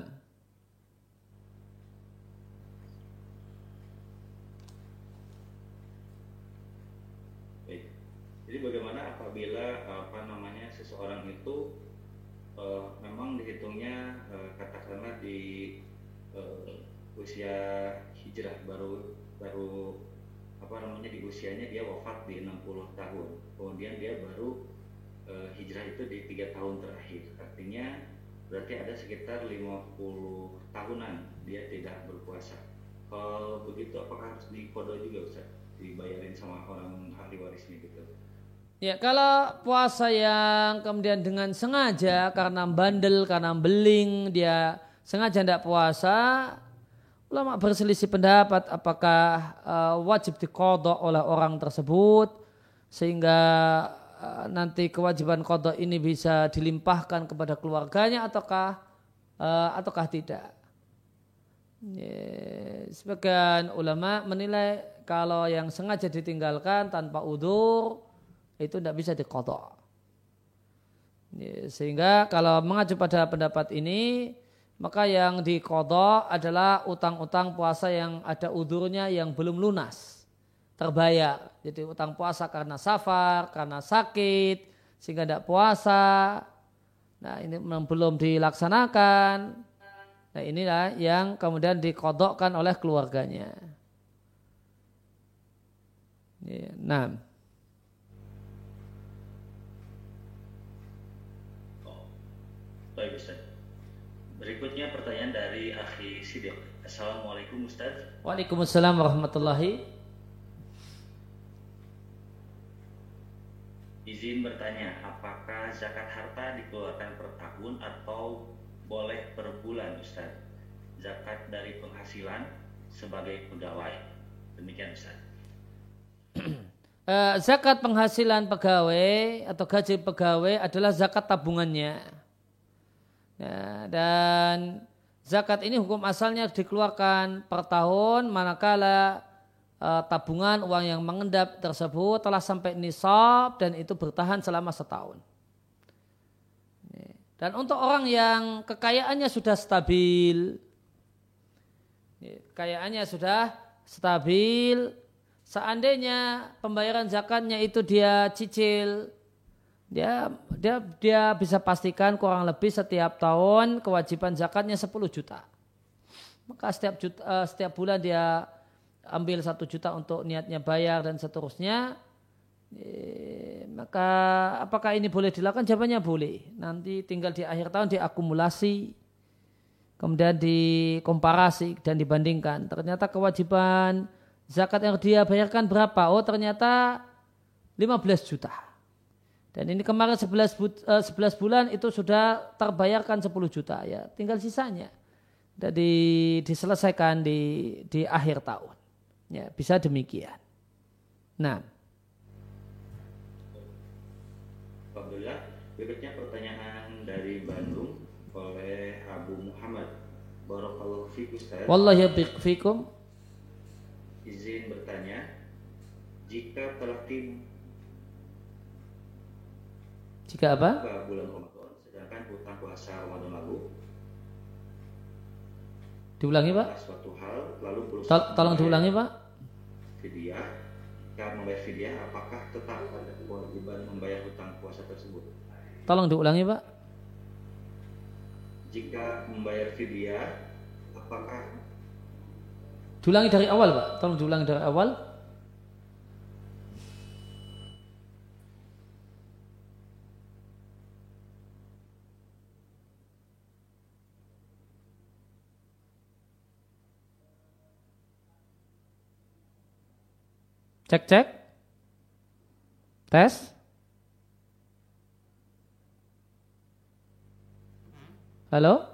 jadi bagaimana apabila seseorang itu memang dihitungnya katakanlah di usia hijrah baru di usianya dia wafat di 60 tahun, kemudian dia baru hijrah itu di 3 tahun terakhir, artinya berarti ada sekitar 50 tahunan dia tidak berpuasa. Kalau begitu apakah harus diqadha juga Ustaz, dibayarin sama orang ahli warisnya gitu? ya, kalau puasa yang kemudian dengan sengaja karena bandel, karena beling, dia sengaja tidak puasa, ulama berselisih pendapat apakah wajib diqadha oleh orang tersebut sehingga nanti kewajiban qadha ini bisa dilimpahkan kepada keluarganya ataukah tidak. Ya, sebagian ulama menilai kalau yang sengaja ditinggalkan tanpa udzur itu tidak bisa diqadha. Ya, sehingga kalau mengacu pada pendapat ini, maka yang diqadha adalah utang-utang puasa yang ada udzurnya yang belum lunas, terbayar. Jadi utang puasa karena safar, karena sakit, sehingga tidak puasa. Nah, ini belum dilaksanakan. Nah, inilah yang kemudian diqadhakan oleh keluarganya. Ya, nah. Baik Ustaz. Berikutnya pertanyaan dari Akhi Sidik. Assalamualaikum Ustaz. Waalaikumsalam warahmatullahi. Izin bertanya, apakah zakat harta dikeluarkan per tahun atau boleh per bulan Ustaz zakat dari penghasilan sebagai pegawai. Demikian Ustaz. Zakat penghasilan pegawai atau gaji pegawai adalah zakat tabungannya. Ya, dan zakat ini hukum asalnya dikeluarkan per tahun manakala tabungan uang yang mengendap tersebut telah sampai nisab dan itu bertahan selama setahun. Dan untuk orang yang kekayaannya sudah stabil, seandainya pembayaran zakatnya itu dia cicil, dia bisa pastikan kurang lebih setiap tahun kewajiban zakatnya 10 juta. Maka setiap bulan dia ambil 1 juta untuk niatnya bayar dan seterusnya. Maka apakah ini boleh dilakukan? Jawabannya boleh. Nanti tinggal di akhir tahun diakumulasi, kemudian dikomparasi dan dibandingkan. Ternyata kewajiban zakat yang dia bayarkan berapa? Oh ternyata 15 juta. Dan ini kemarin 11 bulan itu sudah terbayarkan 10 juta. Ya, tinggal sisanya. Jadi diselesaikan di akhir tahun. Ya, bisa demikian. Nah. Alhamdulillah. Berikutnya pertanyaan dari Bandung oleh Abu Muhammad. Barakallahu fikum Ustaz. Wallahi fikum. Izin bertanya, jika telah jika apa? Bulan Ramadan, sedangkan hutang puasa Ramadan lalu. Diulangi Pak. Suatu hal lalu tolong diulangi Pak. Fidyah, jika membayar fidyah, apakah tetap ada kewajiban membayar hutang puasa tersebut? Tolong diulangi Pak. Jika membayar fidyah, apakah? Diulangi dari awal Pak. Tolong diulangi dari awal. Cek. Tes. Halo?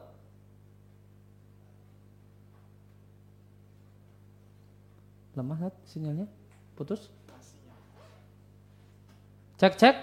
Lemah sinyalnya? Putus? Cek.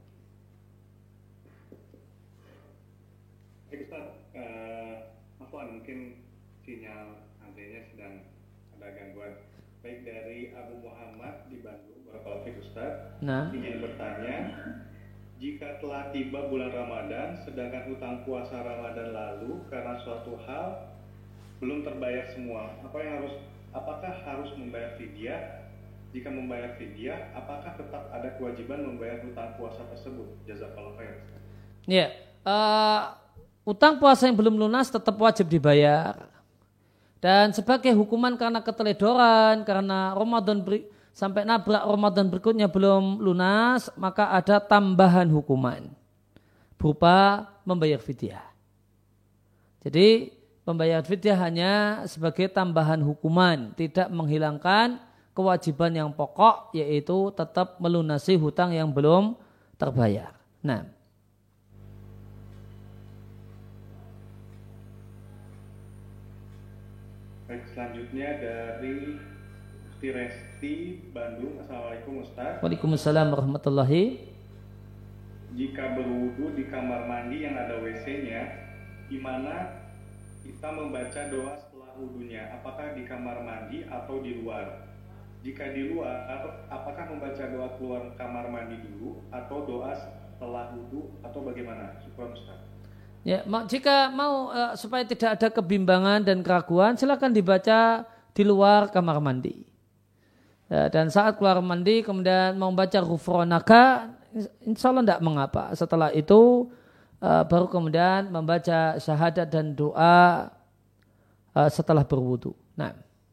Afwan, mungkin sinyal antenya sedang ada gangguan. Baik, dari Abu Muhammad di Bandung, Barakallahu fiik Ustaz. Nah. Ingin bertanya, jika telah tiba bulan Ramadan, sedangkan hutang puasa Ramadan lalu karena suatu hal belum terbayar semua, apakah harus membayar fidyah? Jika membayar fidyah, apakah tetap ada kewajiban membayar hutang puasa tersebut? Jazakallahu khair. Ya, hutang puasa yang belum lunas tetap wajib dibayar. Dan sebagai hukuman karena keteledoran, karena sampai nabrak Ramadan berikutnya belum lunas, maka ada tambahan hukuman berupa membayar fidyah. Jadi membayar fidyah hanya sebagai tambahan hukuman, tidak menghilangkan kewajiban yang pokok, yaitu tetap melunasi hutang yang belum terbayar. Nah. Baik, selanjutnya dari Resti Bandung. Assalamualaikum Ustaz. Waalaikumsalam warahmatullahi. Jika berwudu di kamar mandi yang ada WC-nya, di mana kita membaca doa setelah wudunya? Apakah di kamar mandi atau di luar? Jika di luar, apakah membaca doa keluar kamar mandi dulu atau doa setelah wudu atau bagaimana? Syukran Ustaz. Ya, jika mau supaya tidak ada kebimbangan dan keraguan, silakan dibaca di luar kamar mandi. Ya, dan saat keluar mandi kemudian mau baca ghufranaka, insya Allah tidak mengapa. Setelah itu baru kemudian membaca syahadat dan doa setelah berwudu. Nah.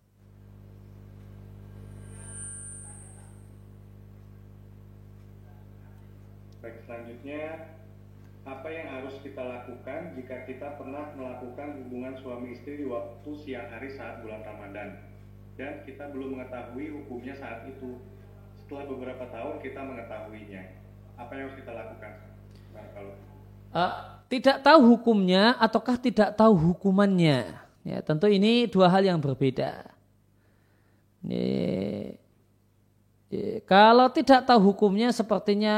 Baik, selanjutnya, apa yang harus kita lakukan jika kita pernah melakukan hubungan suami istri di waktu siang hari saat bulan Ramadan dan kita belum mengetahui hukumnya saat itu? Setelah beberapa tahun kita mengetahuinya, apa yang harus kita lakukan? Barakallahu. Tidak tahu hukumnya ataukah tidak tahu hukumannya. Ya, tentu ini dua hal yang berbeda. Kalau tidak tahu hukumnya sepertinya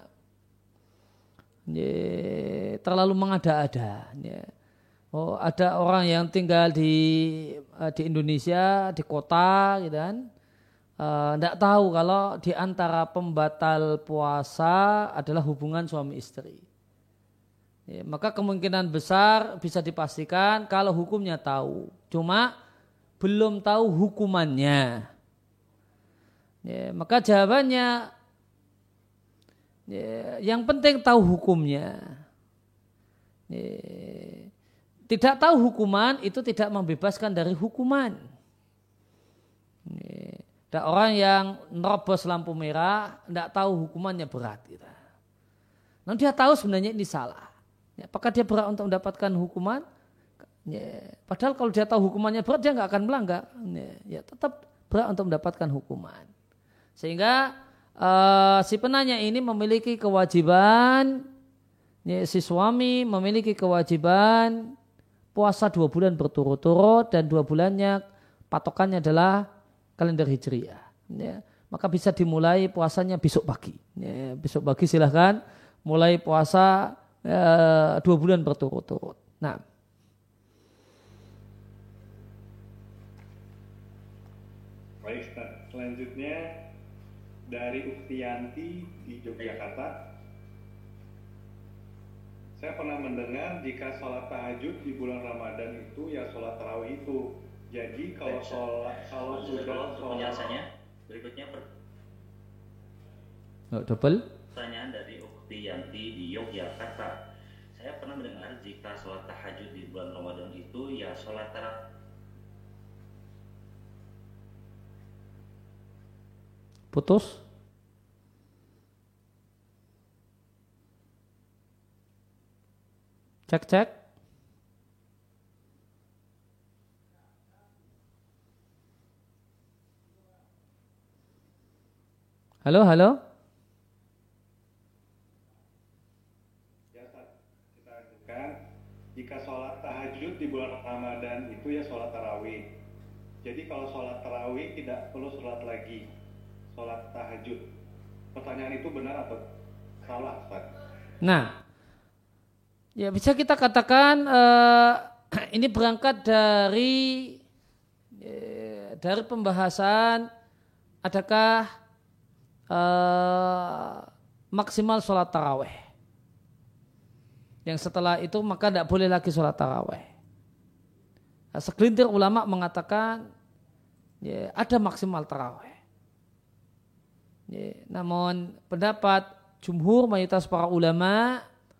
terlalu mengada-ada. Oh, ada orang yang tinggal di Indonesia, di kota, gitu kan. Tidak tahu kalau di antara pembatal puasa adalah hubungan suami istri. Maka kemungkinan besar bisa dipastikan kalau hukumnya tahu, cuma belum tahu hukumannya. Maka jawabannya yang penting tahu hukumnya. Tidak tahu hukuman itu tidak membebaskan dari hukuman. Ada orang yang nerobos lampu merah, tidak tahu hukumannya berat. Nah, dia tahu sebenarnya ini salah. Apakah dia berhak untuk mendapatkan hukuman? Padahal kalau dia tahu hukumannya berat, dia nggak akan melanggar. Tetap berhak untuk mendapatkan hukuman. Sehingga si penanya ini memiliki kewajiban, si suami memiliki kewajiban puasa 2 bulan berturut-turut dan 2 bulannya patokannya adalah kalender Hijriah. Maka bisa dimulai puasanya besok pagi. Besok pagi silahkan mulai puasa 2 bulan berturut-turut. Nah, baik, selanjutnya dari Uktiyanti di Yogyakarta. Saya pernah mendengar jika sholat tahajud di bulan Ramadan itu ya sholat tarawih itu. Jadi kalau sudah penjelasannya berikutnya double. Pertanyaan dari Uktiyanti di Yogyakarta. Saya pernah mendengar jika sholat tahajud di bulan Ramadan itu ya sholat tarawih. Putus. Cek. Halo. Jika sholat tahajud di bulan Ramadan itu ya sholat tarawih. Jadi kalau sholat tarawih tidak perlu sholat lagi, sholat tahajud. Pertanyaan itu benar atau salah, Ustaz? Nah, ya bisa kita katakan ini berangkat dari pembahasan adakah maksimal sholat tarawih. Yang setelah itu maka tidak boleh lagi sholat tarawih. Segelintir ulama mengatakan ya, ada maksimal tarawih. Ya, namun pendapat jumhur mayoritas para ulama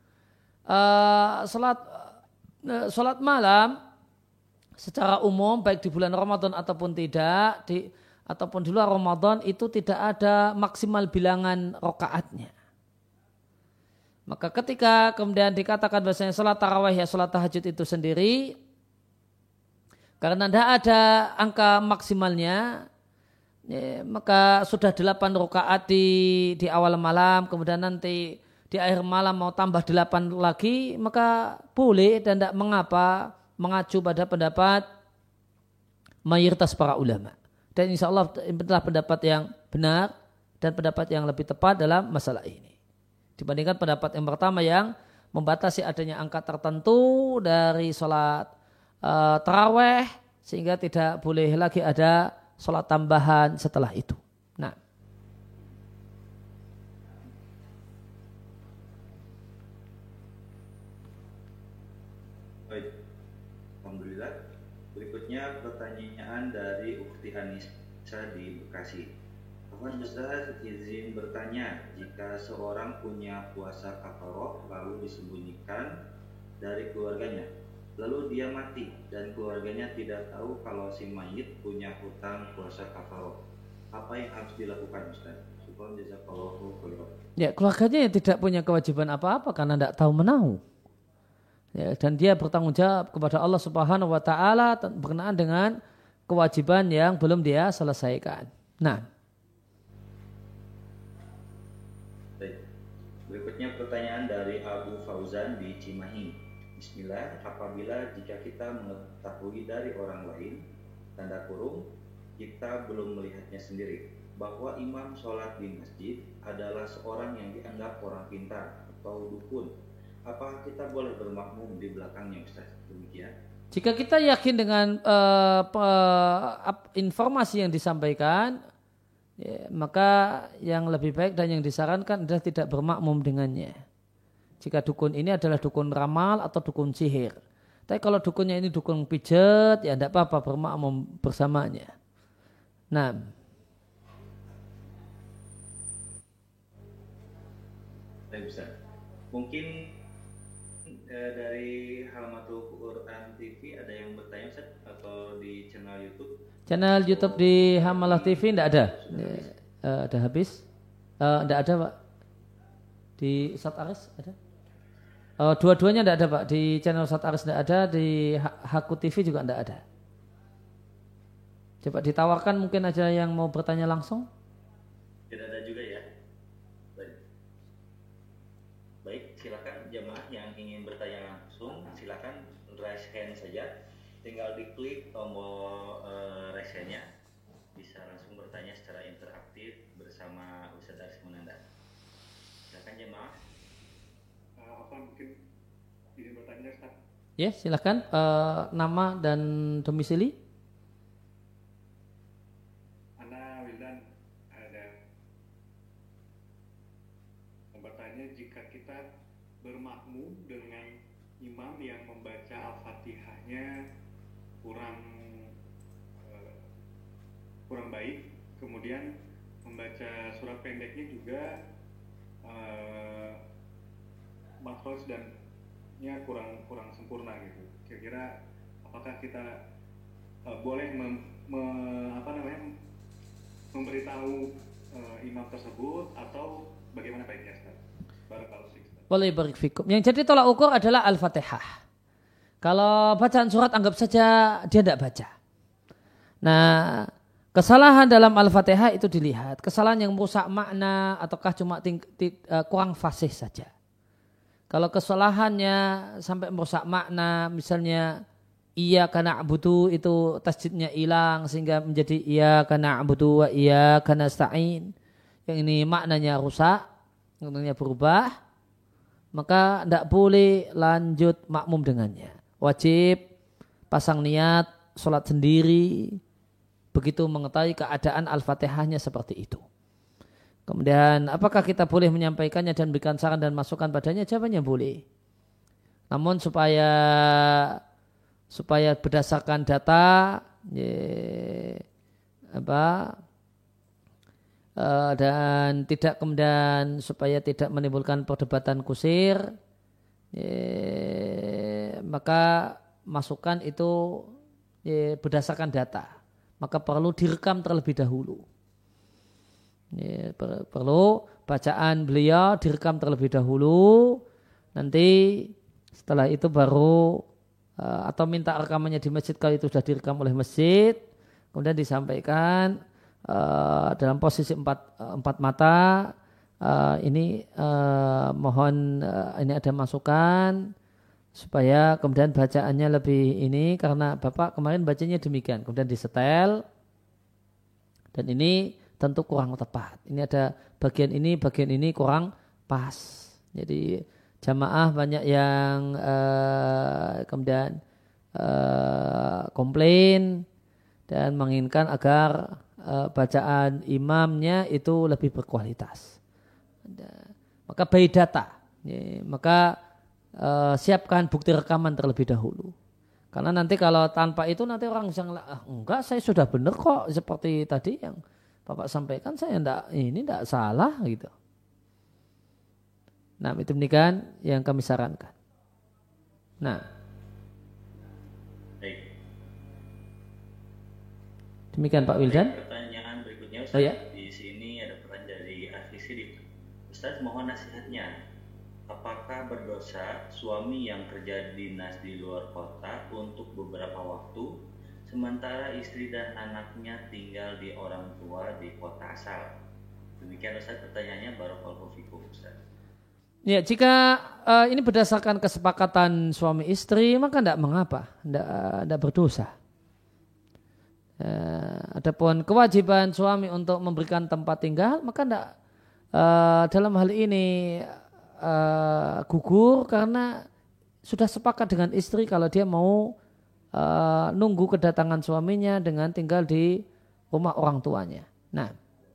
sholat malam secara umum baik di bulan Ramadan ataupun tidak ataupun di luar Ramadan itu tidak ada maksimal bilangan rakaatnya. Maka ketika kemudian dikatakan bahwasanya sholat tarawih ya sholat tahajud itu sendiri, karena tidak ada angka maksimalnya, ya, maka sudah 8 rakaat di awal malam, kemudian nanti di akhir malam mau tambah 8 lagi, maka boleh dan tidak mengapa mengacu pada pendapat mayoritas para ulama. Dan insya Allah itulah pendapat yang benar dan pendapat yang lebih tepat dalam masalah ini. Dibandingkan pendapat yang pertama yang membatasi adanya angka tertentu dari sholat taraweh sehingga tidak boleh lagi ada sholat tambahan setelah itu. Nah, baik, alhamdulillah. Berikutnya pertanyaan dari Ukti Anissa di Bekasi. Mohon Ustaz izin bertanya, jika seorang punya puasa kafaroh lalu disembunyikan dari keluarganya, lalu dia mati dan keluarganya tidak tahu kalau si mayit punya hutang puasa kafaroh, apa yang harus dilakukan Ustaz? Syukran jazakallahu khairan. Ya, keluarganya tidak punya kewajiban apa-apa karena tidak tahu menahu. Ya, dan dia bertanggung jawab kepada Allah Subhanahu wa taala berkenaan dengan kewajiban yang belum dia selesaikan. Nah, Berikutnya pertanyaan dari Abu Fauzan di Cimahi. Bismillah, apabila jika kita mengetahui dari orang lain, tanda kurung, kita belum melihatnya sendiri, bahwa imam sholat di masjid adalah seorang yang dianggap orang pintar atau dukun, apakah kita boleh bermakmum di belakangnya, Ustaz? Demikian. Jika kita yakin dengan informasi yang disampaikan, ya, maka yang lebih baik dan yang disarankan adalah tidak bermakmum dengannya. Jika dukun ini adalah dukun ramal atau dukun sihir. Tapi kalau dukunnya ini dukun pijet, ya tidak apa-apa bermakmum bersamanya. Nah, baik Ustaz. Mungkin dari Halmatul Quran TV ada yang bertanya Ustaz, atau di channel YouTube? Channel YouTube di Hamalah TV tidak ada. Ada habis? Tidak ada Pak. Di Ustaz Aris ada? Dua-duanya tidak ada Pak. Di channel Ustaz Aris tidak ada. Di Haku TV juga tidak ada. Coba ditawarkan, mungkin aja yang mau bertanya langsung. Tidak ada juga ya. Baik, silakan jemaah yang ingin bertanya langsung, silakan raise hand saja. Tinggal diklik tombol raise hand-nya, bisa langsung bertanya secara interaktif bersama Ustaz Aris Munandar. Silakan jemaah. Apa mungkin izin bertanya Ustaz? Ya, silakan. Nama dan domisili. Ana Wildan ada bertanya, jika kita bermakmum dengan imam yang membaca Al-Fatihahnya kurang baik, kemudian membaca surat pendeknya juga makhraj dan kurang sempurna gitu. Kira-kira apakah kita boleh memberitahu imam tersebut atau bagaimana baiknya Ustaz? Barakallahu fiik. Boleh barik fikum. Yang jadi tolak ukur adalah Al-Fatihah. Kalau bacaan surat anggap saja dia tidak baca. Nah, kesalahan dalam Al-Fatihah itu dilihat. Kesalahan yang merusak makna ataukah cuma kurang fasih saja. Kalau kesalahannya sampai merusak makna, misalnya iyyaka na'budu itu tasjidnya hilang sehingga menjadi iyyaka na'budu wa iyyaka nasta'in. Yang ini maknanya rusak, maknanya berubah, maka tidak boleh lanjut makmum dengannya. Wajib pasang niat sholat sendiri begitu mengetahui keadaan Al-Fatihahnya seperti itu. Kemudian apakah kita boleh menyampaikannya dan berikan saran dan masukan padanya? Jawabannya boleh. Namun supaya berdasarkan data dan tidak kemudian supaya tidak menimbulkan perdebatan kusir, maka masukan itu berdasarkan data, maka perlu direkam terlebih dahulu. Perlu bacaan beliau direkam terlebih dahulu, nanti setelah itu baru atau minta rekamannya di masjid kalau itu sudah direkam oleh masjid, kemudian disampaikan dalam posisi empat mata. Mohon ini ada masukan supaya kemudian bacaannya lebih ini, karena Bapak kemarin bacanya demikian, kemudian disetel dan ini tentu kurang tepat. Ini ada bagian ini kurang pas. Jadi jamaah banyak yang kemudian komplain dan menginginkan agar bacaan imamnya itu lebih berkualitas. Maka by data, maka siapkan bukti rekaman terlebih dahulu. Karena nanti kalau tanpa itu nanti orang bisa enggak, saya sudah benar kok seperti tadi yang Bapak sampaikan, saya tidak salah gitu. Nah, itu demikian yang kami sarankan. Nah, baik. Demikian Pak Wildan. Pertanyaan berikutnya Ustaz. Ya. Di sini ada pertanyaan dari Ahli Sidik. Ustaz, mohon nasihatnya. Apakah berdosa suami yang kerja dinas di luar kota untuk beberapa waktu, sementara istri dan anaknya tinggal di orang tua di kota asal? Demikian Ustaz pertanyaannya. Barakallahu fikum Ustaz. Ya, jika ini berdasarkan kesepakatan suami istri, maka tidak mengapa, tidak berdosa. Adapun kewajiban suami untuk memberikan tempat tinggal, maka tidak dalam hal ini gugur karena sudah sepakat dengan istri kalau dia mau nunggu kedatangan suaminya dengan tinggal di rumah orang tuanya. Nah,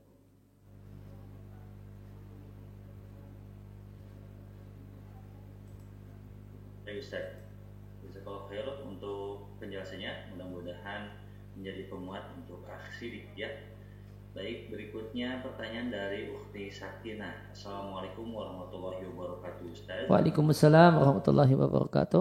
Ustaz, jazakallahu khairan untuk penjelasannya, mudah-mudahan menjadi pemuat untuk aksi ya. Baik, berikutnya pertanyaan dari Ukhti Sakinah. Assalamualaikum warahmatullahi wabarakatuh, Ustaz. Waalaikumsalam warahmatullahi wabarakatuh.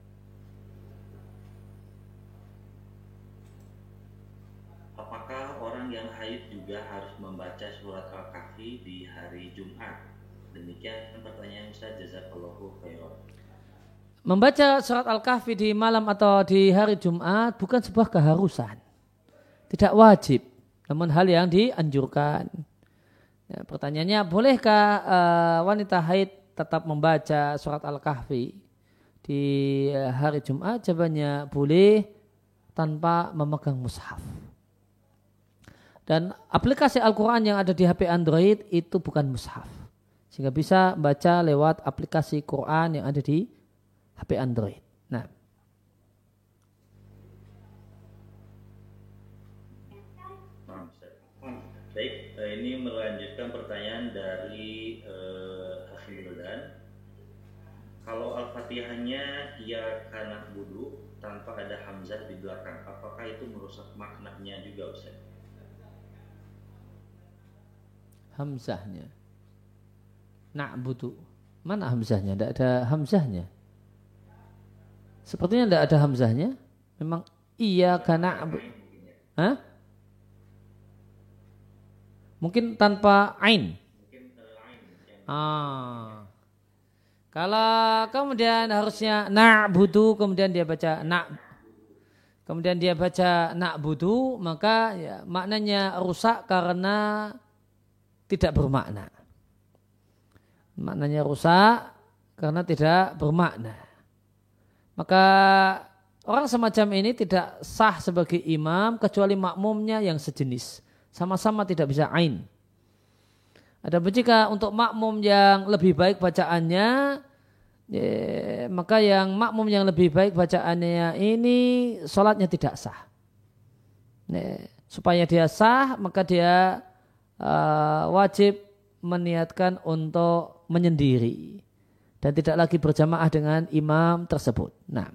Apakah orang yang haid juga harus membaca surat Al-Kahfi di hari Jumat? Demikian pertanyaan Ustaz, jazakallahu khairan. Membaca surat Al-Kahfi di malam atau di hari Jumat bukan sebuah keharusan. Tidak wajib, namun hal yang dianjurkan. Ya, pertanyaannya, bolehkah wanita haid tetap membaca surat Al-Kahfi di hari Jumat? Jawabannya boleh tanpa memegang mushaf. Dan aplikasi Al-Quran yang ada di HP Android itu bukan mushaf. Sehingga bisa baca lewat aplikasi Quran yang ada di HP Android. Nah, baik, ini melanjutkan pertanyaan dari Akhi Wildan. Kalau Al-Fatihahnya ya kana wudu tanpa ada hamzah di belakang, apakah itu merusak maknanya juga, Ustaz? Hamzahnya. Na'budu. Mana hamzahnya? Tidak ada hamzahnya. Sepertinya tidak ada hamzahnya. Memang iya kana. Hah? Mungkin tanpa ain. Kalau kemudian harusnya na'budu, kemudian dia baca na'budu, maka ya, maknanya rusak karena tidak bermakna. Maknanya rusak karena tidak bermakna. Maka orang semacam ini tidak sah sebagai imam kecuali makmumnya yang sejenis. Sama-sama tidak bisa ain. Adapun jika untuk makmum yang lebih baik bacaannya, maka yang makmum yang lebih baik bacaannya ini sholatnya tidak sah. Supaya dia sah, maka dia wajib meniatkan untuk menyendiri dan tidak lagi berjamaah dengan imam tersebut. Nah,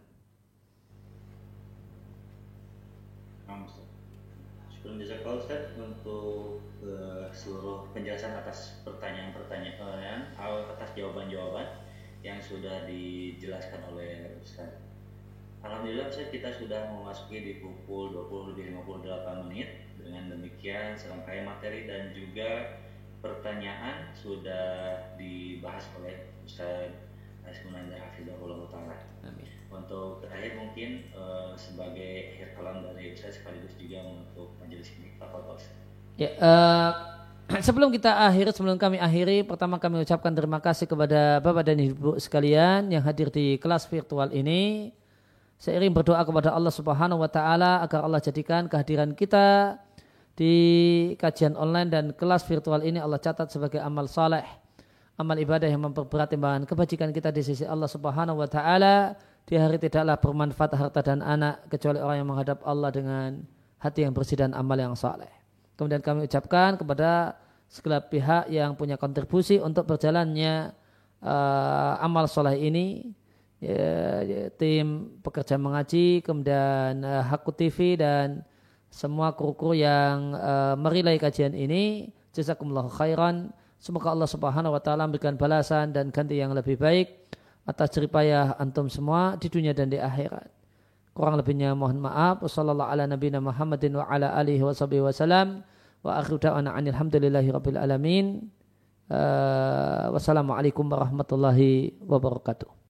Ustaz untuk seluruh penjelasan atas pertanyaan-pertanyaan atas jawaban-jawaban yang sudah dijelaskan oleh Ustaz. Alhamdulillah Ustaz, kita sudah memasuki di pukul 20:58. Dengan demikian serangkaian materi dan juga pertanyaan sudah dibahas oleh Ustaz Asmunandar Hafizahullah Ta'ala. Untuk terakhir mungkin sebagai akhir kalam dari Ustaz sekaligus juga untuk majelis ini, Pak Ustaz. Ya, sebelum kami akhiri, pertama kami ucapkan terima kasih kepada Bapak dan Ibu sekalian yang hadir di kelas virtual ini. Seiring berdoa kepada Allah Subhanahu wa Ta'ala agar Allah jadikan kehadiran kita di kajian online dan kelas virtual ini Allah catat sebagai amal saleh, amal ibadah yang memperberat timbangan kebajikan kita di sisi Allah Subhanahu wa Ta'ala. Di hari tidaklah bermanfaat harta dan anak kecuali orang yang menghadap Allah dengan hati yang bersih dan amal yang saleh. Kemudian kami ucapkan kepada segala pihak yang punya kontribusi untuk berjalannya amal saleh ini, tim pekerja mengaji, kemudian Hakku TV dan semua kru-kru yang merilai kajian ini. Jazakumullahu khairan. Semoga Allah Subhanahu wa Ta'ala memberikan balasan dan ganti yang lebih baik atas jeripayah antum semua di dunia dan di akhirat. Kurang lebihnya mohon maaf. Wassallallahu ala nabiyina Muhammadin wa ala alihi wa sahbihi wasallam. Wa akhiru da'wana alhamdulillahi rabbil alamin. Wassalamualaikum warahmatullahi wabarakatuh.